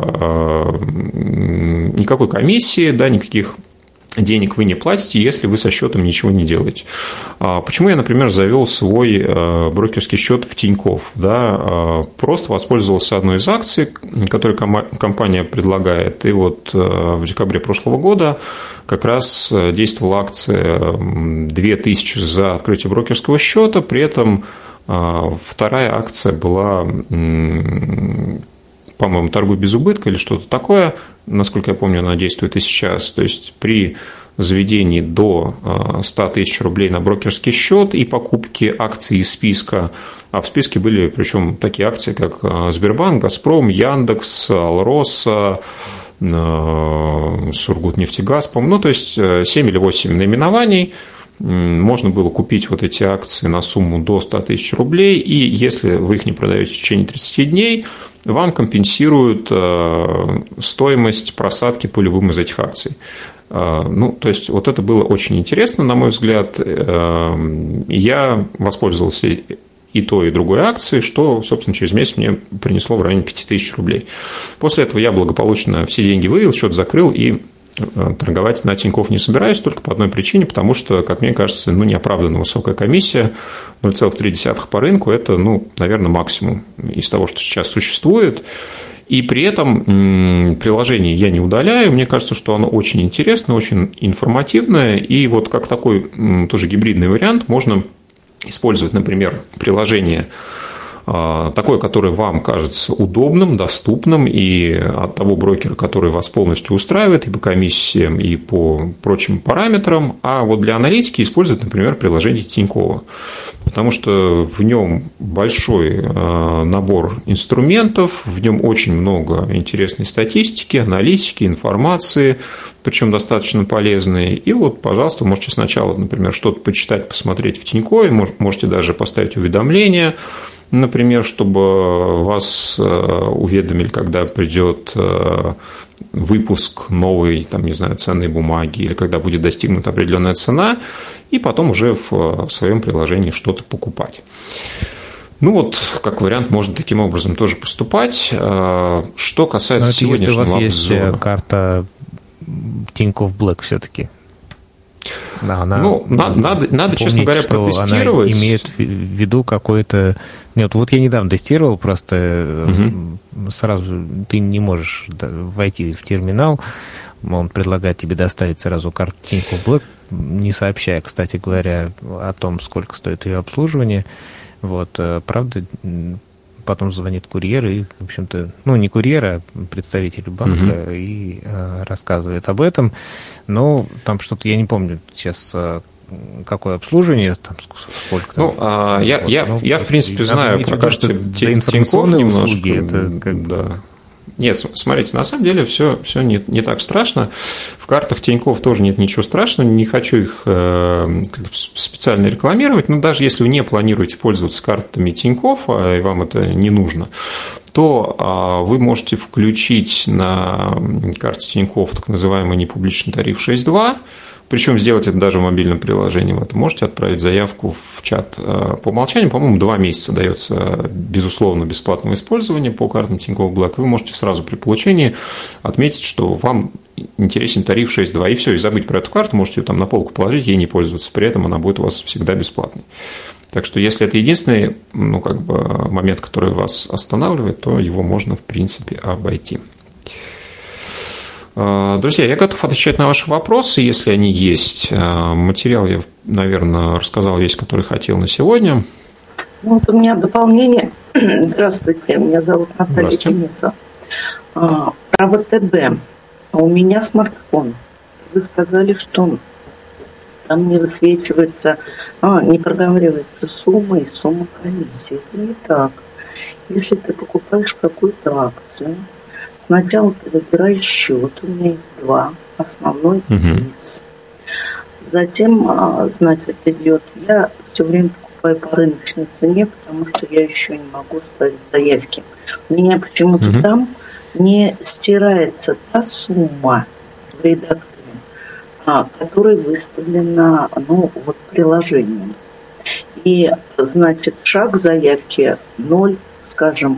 комиссии, да, никаких денег вы не платите, если вы со счетом ничего не делаете. Почему я, например, завел свой брокерский счет в Тинькофф? Да? Просто воспользовался одной из акций, которую компания предлагает. И вот в декабре прошлого года как раз действовала акция 2000 за открытие брокерского счета. При этом вторая акция была, по-моему, торгуй без убытка или что-то такое. Насколько я помню, она действует и сейчас. То есть при заведении до 100 тысяч рублей на брокерский счет и покупке акций из списка, а в списке были причем такие акции, как Сбербанк, Газпром, Яндекс, Алроса, Сургутнефтегаз, по-моему, ну, то есть 7 или 8 наименований. Можно было купить вот эти акции на сумму до 100 тысяч рублей, и если вы их не продаете в течение 30 дней, вам компенсируют стоимость просадки по любым из этих акций. Ну, то есть, вот это было очень интересно, на мой взгляд. Я воспользовался и той, и другой акцией, что, собственно, через месяц мне принесло в районе 5000 рублей. После этого я благополучно все деньги вывел, счет закрыл и торговать на Тинькофф не собираюсь только по одной причине, потому что, как мне кажется, ну, неоправданно высокая комиссия 0,3 по рынку – это, ну, наверное, максимум из того, что сейчас существует. И при этом приложение я не удаляю. Мне кажется, что оно очень интересное, очень информативное. И вот как такой тоже гибридный вариант можно использовать, например, приложение такое, которое вам кажется удобным, доступным и от того брокера, который вас полностью устраивает и по комиссиям, и по прочим параметрам, а вот для аналитики использовать, например, приложение Тинькова, потому что в нем большой набор инструментов, в нем очень много интересной статистики, аналитики, информации, причем достаточно полезные. И вот, пожалуйста, можете сначала, например, что-то почитать, посмотреть в Тинькове, можете даже поставить уведомления, например, чтобы вас уведомили, когда придет выпуск новой, там, не знаю, ценной бумаги, или когда будет достигнута определенная цена, и потом уже в своем приложении что-то покупать. Ну вот, как вариант, можно таким образом тоже поступать. Что касается сегодняшнего обзора. Если у вас есть карта Тинькофф Black все-таки. Она, ну, надо, честно говоря, протестировать. Она имеет в виду какой-то... Нет, вот я недавно тестировал, просто сразу ты не можешь войти в терминал, он предлагает тебе доставить сразу карту Тинькофф Black, не сообщая, кстати говоря, о том, сколько стоит ее обслуживание. Вот, правда, потом звонит курьер и, в общем-то, ну, не курьер, а представитель банка и рассказывает об этом. Но там что-то, я не помню сейчас, какое обслуживание, там сколько там. Ну, я в принципе, знаю про карту Тинькофф немножко. Это как... Да. Нет, смотрите, на самом деле все не так страшно. В картах Тинькофф тоже нет ничего страшного, не хочу их специально рекламировать, но даже если вы не планируете пользоваться картами Тинькофф, и вам это не нужно, то вы можете включить на карте Тинькофф так называемый непубличный тариф 6.2. Причем сделать это даже в мобильном приложении. Вы можете отправить заявку в чат. По умолчанию, по-моему, 2 месяца дается безусловно бесплатного использования по картам Тинькофф Блэк. Вы можете сразу при получении отметить, что вам интересен тариф 6.2, и все, и забыть про эту карту, можете ее там на полку положить, ей не пользоваться. При этом она будет у вас всегда бесплатной. Так что, если это единственный момент, который вас останавливает, то его можно, в принципе, обойти. Друзья, я готов отвечать на ваши вопросы, если они есть. Материал я, наверное, рассказал весь, который хотел на сегодня. Вот у меня дополнение. Здравствуйте, меня зовут Наталья Кенеца. Про ВТБ. У меня смартфон. Вы сказали, что там не высвечивается, не проговаривается сумма и сумма комиссии. Это не так. Если ты покупаешь какую-то акцию, сначала ты выбираешь счет, у меня есть 2, основной и бонус. Затем, значит, идет, я все время покупаю по рыночной цене, потому что я еще не могу ставить заявки. У меня почему-то там не стирается та сумма в редакторе, которая выставлена, приложением. И, значит, шаг заявки 0, скажем,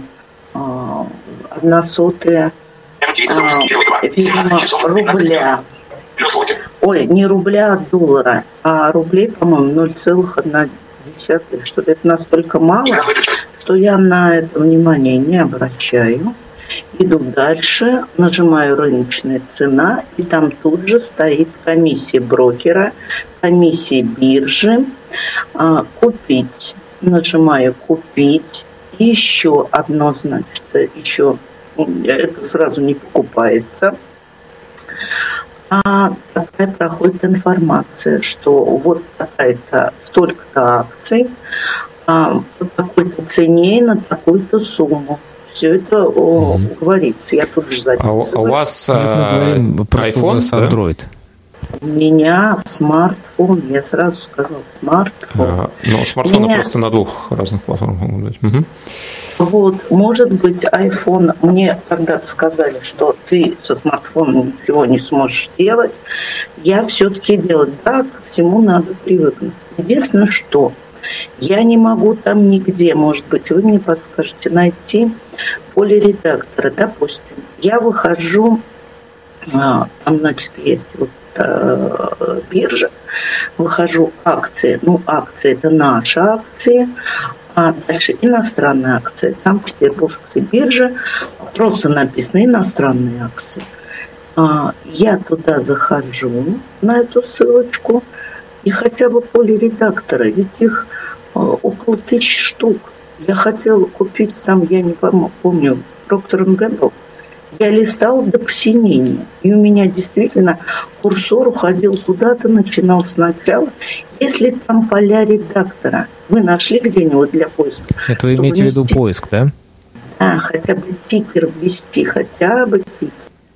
1/100, видимо, рубля. Ой, не рубля, а доллара, а рублей, по-моему, 0,1, что ли. Это настолько мало, что я на это внимание не обращаю. Иду дальше, нажимаю «Рыночная цена», и там тут же стоит комиссия брокера, комиссия биржи, «Купить». Нажимаю «Купить». И еще одно, значит, это сразу не покупается. Такая проходит информация, что вот такая-то, столько-то акций по такой-то цене и на такую-то сумму. Все это говорится. Я тут же записываю. А у вас iPhone, с Android? У меня смартфон. Я сразу сказала смартфон. Но смартфоны просто на 2 разных платформах могут быть. Вот, может быть, iPhone, мне когда-то сказали, что ты со смартфоном ничего не сможешь делать, я все-таки делаю. Да, ко всему надо привыкнуть. Единственное, что я не могу там нигде, может быть, вы мне подскажете, найти поле редактора. Допустим, я выхожу, там, значит, есть вот биржа, выхожу акции. Акции – это наши акции, а дальше иностранные акции. Там петербургская биржа, просто написано «иностранные акции». Я туда захожу, на эту ссылочку, и хотя бы поле редактора, ведь их около 1000 штук. Я хотела купить там, я не помню, Procter & Gamble. Я листала до посинения. И у меня действительно курсор уходил куда-то, начинал сначала. Если там поля редактора вы нашли где-нибудь для поиска. Это вы имеете в виду поиск, да? Хотя бы тикер ввести, хотя бы тикер.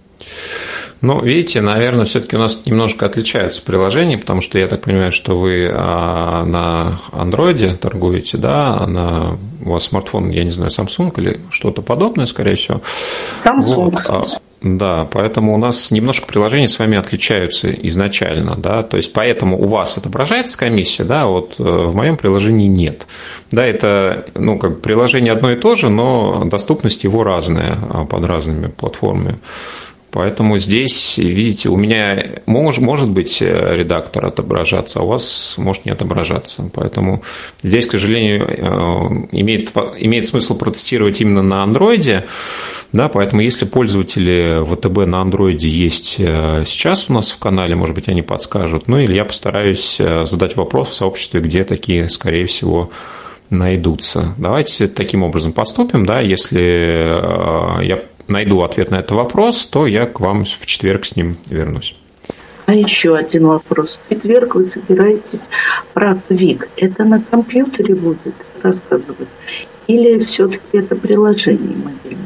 Видите, наверное, все-таки у нас немножко отличаются приложения, потому что я так понимаю, что вы на Android торгуете, да, у вас смартфон, я не знаю, Samsung или что-то подобное, скорее всего. Samsung. Да, поэтому у нас немножко приложения с вами отличаются изначально, да, то есть поэтому у вас отображается комиссия, да, вот в моем приложении нет. Да, это, приложение одно и то же, но доступность его разная под разными платформами. Поэтому здесь, видите, у меня может быть редактор отображаться, а у вас может не отображаться. Поэтому здесь, к сожалению, имеет смысл протестировать именно на Android. Да, поэтому если пользователи ВТБ на Android есть сейчас у нас в канале, может быть, они подскажут. Или я постараюсь задать вопрос в сообществе, где такие, скорее всего, найдутся. Давайте таким образом поступим. Да, если я найду ответ на этот вопрос, то я к вам в четверг с ним вернусь. А еще один вопрос. В четверг вы собираетесь про Quick. Это на компьютере будет рассказывать? Или все-таки это приложение мобильное?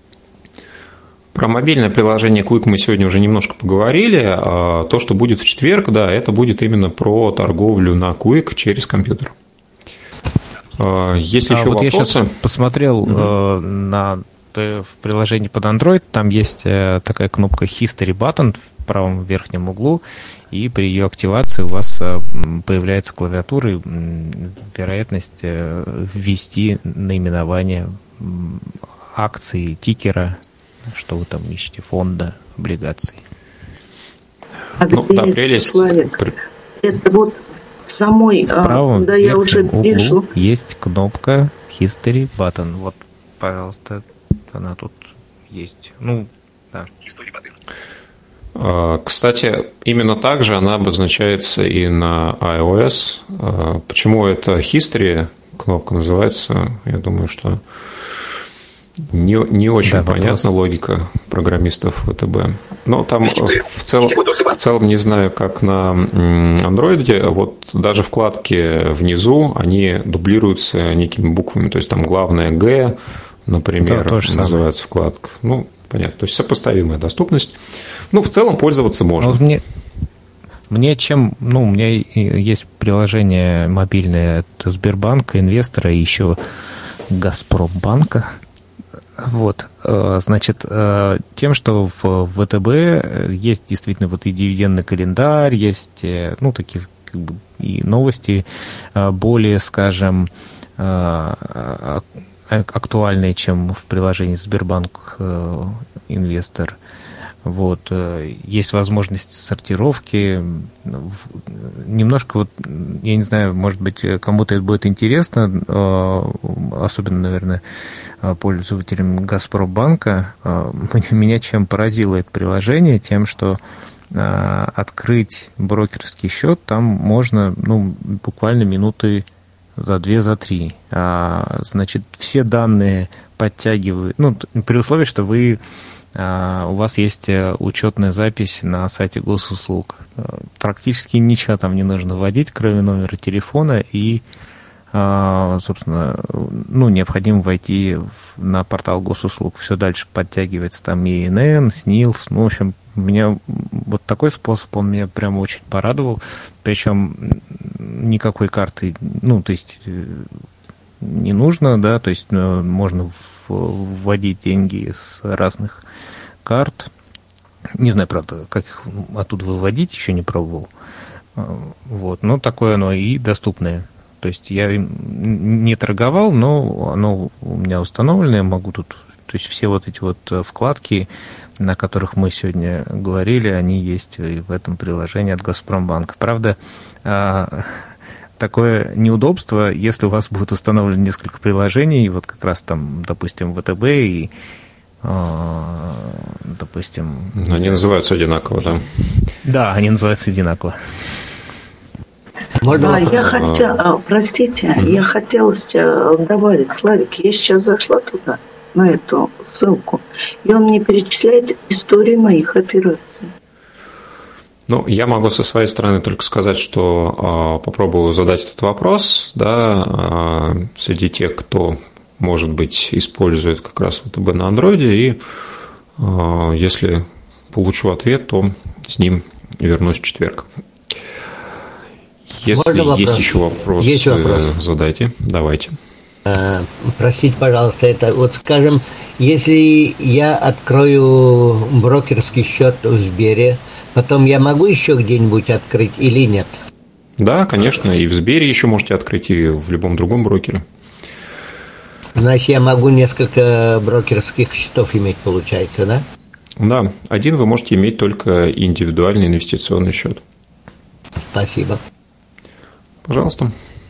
Про мобильное приложение Quick мы сегодня уже немножко поговорили. То, что будет в четверг, да, это будет именно про торговлю на Quick через компьютер. Есть ли еще вопросы? Я сейчас посмотрел на в приложении под Android там есть такая кнопка History Button в правом верхнем углу, и при ее активации у вас появляется клавиатура и вероятность ввести наименование акции, тикера, что вы там ищете, фонда, облигаций. Да, прелесть. Это вот самой, когда я уже пишу. Есть кнопка History Button. Вот, пожалуйста, она тут есть. Да. History Button. Кстати, именно так же она обозначается и на iOS. Почему это History кнопка называется? Я думаю, что не очень понятна логика программистов ВТБ. Но там в целом не знаю, как на Android, вот даже вкладки внизу, они дублируются некими буквами. То есть там главное Г, например, называется вкладка. Понятно. То есть сопоставимая доступность. В целом пользоваться можно. У меня есть приложение мобильное от Сбербанка, Инвестора и еще Газпромбанка. Вот, значит, тем, что в ВТБ есть действительно вот и дивидендный календарь, есть, такие как бы и новости более, скажем, актуальные, чем в приложении Сбербанк Инвестор. Вот, есть возможность сортировки. Немножко, я не знаю, может быть, кому-то это будет интересно, особенно, наверное, пользователям Газпромбанка. Меня чем поразило это приложение? Тем, что открыть брокерский счет там можно, буквально минуты за 2-3. Значит, все данные подтягивают, при условии, что у вас есть учетная запись на сайте госуслуг. Практически ничего там не нужно вводить, кроме номера телефона и, собственно, необходимо войти на портал госуслуг. Все дальше подтягивается там ИНН, СНИЛС. В общем, меня вот такой способ, он меня прямо очень порадовал. Причем никакой карты, то есть не нужно, да, то есть можно вводить деньги с разных карт. Не знаю, правда, как их оттуда выводить, еще не пробовал. Вот, но такое оно и доступное. То есть я не торговал, но оно у меня установлено, я могу тут... То есть все вот эти вот вкладки, на которых мы сегодня говорили, они есть и в этом приложении от Газпромбанка. Правда, такое неудобство, если у вас будет установлено несколько приложений, вот как раз там, допустим, ВТБ и, допустим... Они называются одинаково, да? Да, они называются одинаково. Да, я хотела, простите, я хотела добавить, Славик, я сейчас зашла туда, на эту ссылку, и он мне перечисляет историю моих операций. Я могу со своей стороны только сказать, что попробую задать этот вопрос, да, среди тех, кто, может быть, использует как раз ВТБ на андроиде, и если получу ответ, то с ним вернусь в четверг. Если есть еще вопрос, задайте, давайте. Простите, пожалуйста, это вот, скажем, если я открою брокерский счет в Сбере, потом я могу еще где-нибудь открыть или нет? Да, конечно, и в Сбере еще можете открыть, и в любом другом брокере. Значит, я могу несколько брокерских счетов иметь, получается, да? Да, один вы можете иметь только индивидуальный инвестиционный счет. Спасибо. Пожалуйста.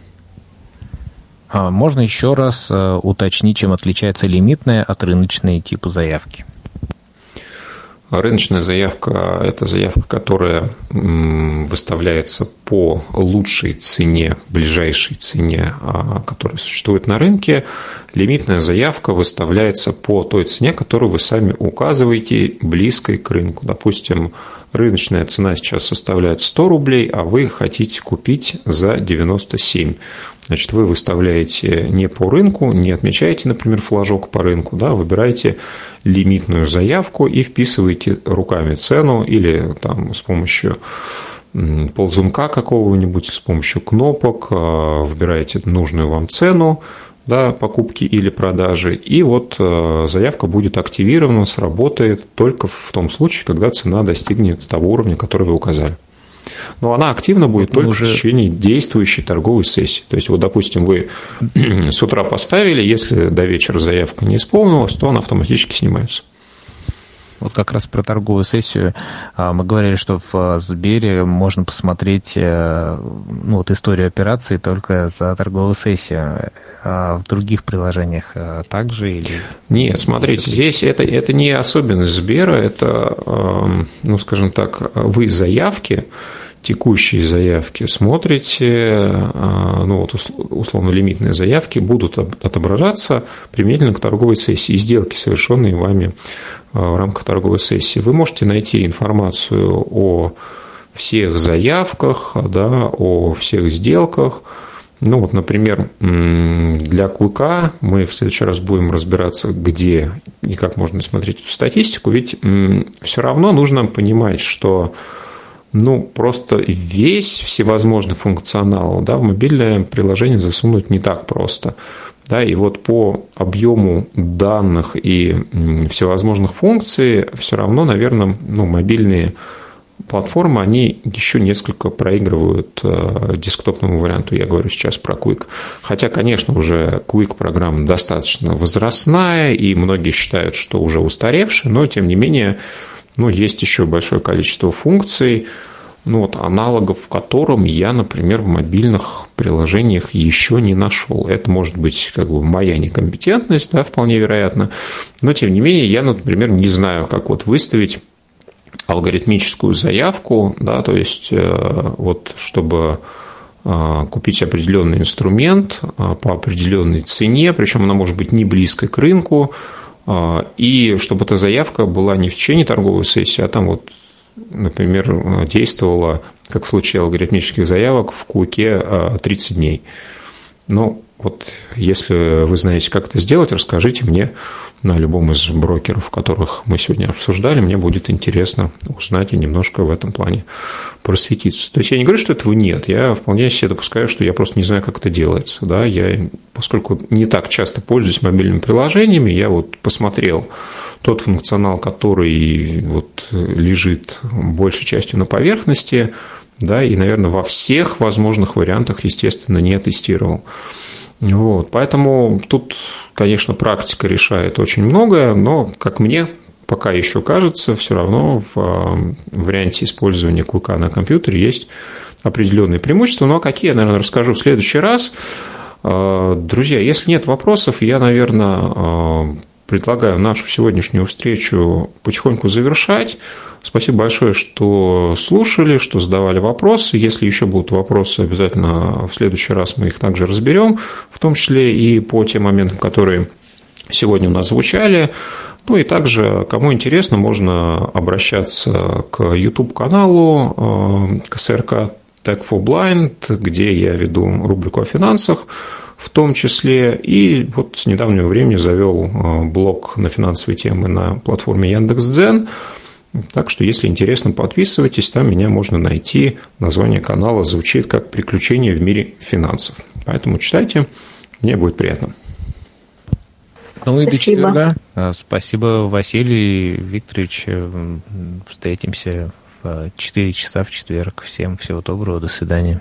Можно еще раз уточнить, чем отличается лимитная от рыночной типа заявки? Рыночная заявка – это заявка, которая выставляется по лучшей цене, ближайшей цене, которая существует на рынке. Лимитная заявка выставляется по той цене, которую вы сами указываете, близкой к рынку. Допустим, рыночная цена сейчас составляет 100 рублей, а вы хотите купить за 97. Значит, вы выставляете не по рынку, не отмечаете, например, флажок по рынку, да, выбираете лимитную заявку и вписываете руками цену или там, с помощью ползунка какого-нибудь, с помощью кнопок, выбираете нужную вам цену, да, покупки или продажи, и вот заявка будет активирована, сработает только в том случае, когда цена достигнет того уровня, который вы указали. Но она активно будет только в течение действующей торговой сессии. То есть, вот, допустим, вы с утра поставили, если до вечера заявка не исполнилась, то она автоматически снимается. Вот как раз про торговую сессию мы говорили, что в Сбере можно посмотреть историю операций только за торговую сессию. А в других приложениях также? Или... Нет, смотрите, здесь это не особенность Сбера, это, скажем так, вы заявки, текущие заявки смотрите, условно-лимитные заявки будут отображаться применительно к торговой сессии и сделки, совершенные вами в рамках торговой сессии. Вы можете найти информацию о всех заявках, да, о всех сделках. Например, для Quick мы в следующий раз будем разбираться, где и как можно смотреть эту статистику, ведь все равно нужно понимать, что просто весь всевозможный функционал, да, в мобильное приложение засунуть не так просто. Да, и вот по объему данных и всевозможных функций все равно, наверное, мобильные платформы, они еще несколько проигрывают десктопному варианту. Я говорю сейчас про Quick. Хотя, конечно, уже Quick программа достаточно возрастная, и многие считают, что уже устаревшая, но, тем не менее, есть еще большое количество функций, аналогов которым я, например, в мобильных приложениях еще не нашел. Это может быть моя некомпетентность, да, вполне вероятно, но, тем не менее, я, например, не знаю, как выставить алгоритмическую заявку, да, то есть, чтобы купить определенный инструмент по определенной цене, причем она может быть не близкой к рынку, и чтобы эта заявка была не в течение торговой сессии, а там например, действовала, как в случае алгоритмических заявок, в Quick 30 дней. Если вы знаете, как это сделать, расскажите мне на любом из брокеров, которых мы сегодня обсуждали. Мне будет интересно узнать и немножко в этом плане просветиться. То есть, я не говорю, что этого нет. Я вполне себе допускаю, что я просто не знаю, как это делается. Да? Поскольку не так часто пользуюсь мобильными приложениями, я посмотрел тот функционал, который лежит большей частью на поверхности, да, и, наверное, во всех возможных вариантах, естественно, не тестировал. Поэтому тут, конечно, практика решает очень многое, но, как мне пока еще кажется, все равно в варианте использования Quick на компьютере есть определенные преимущества. Но какие, я, наверное, расскажу в следующий раз. Друзья, если нет вопросов, я, наверное, предлагаю нашу сегодняшнюю встречу потихоньку завершать. Спасибо большое, что слушали, что задавали вопросы. Если еще будут вопросы, обязательно в следующий раз мы их также разберем, в том числе и по тем моментам, которые сегодня у нас звучали. И также, кому интересно, можно обращаться к YouTube-каналу КСРК Tech for Blind, где я веду рубрику о финансах, в том числе, и с недавнего времени завел блог на финансовые темы на платформе Яндекс.Дзен. Так что, если интересно, подписывайтесь, там меня можно найти. Название канала звучит как «Приключения в мире финансов». Поэтому читайте, мне будет приятно. И до четверга. Спасибо, Василий Викторович. Встретимся в 4 часа в четверг. Всем всего доброго, до свидания.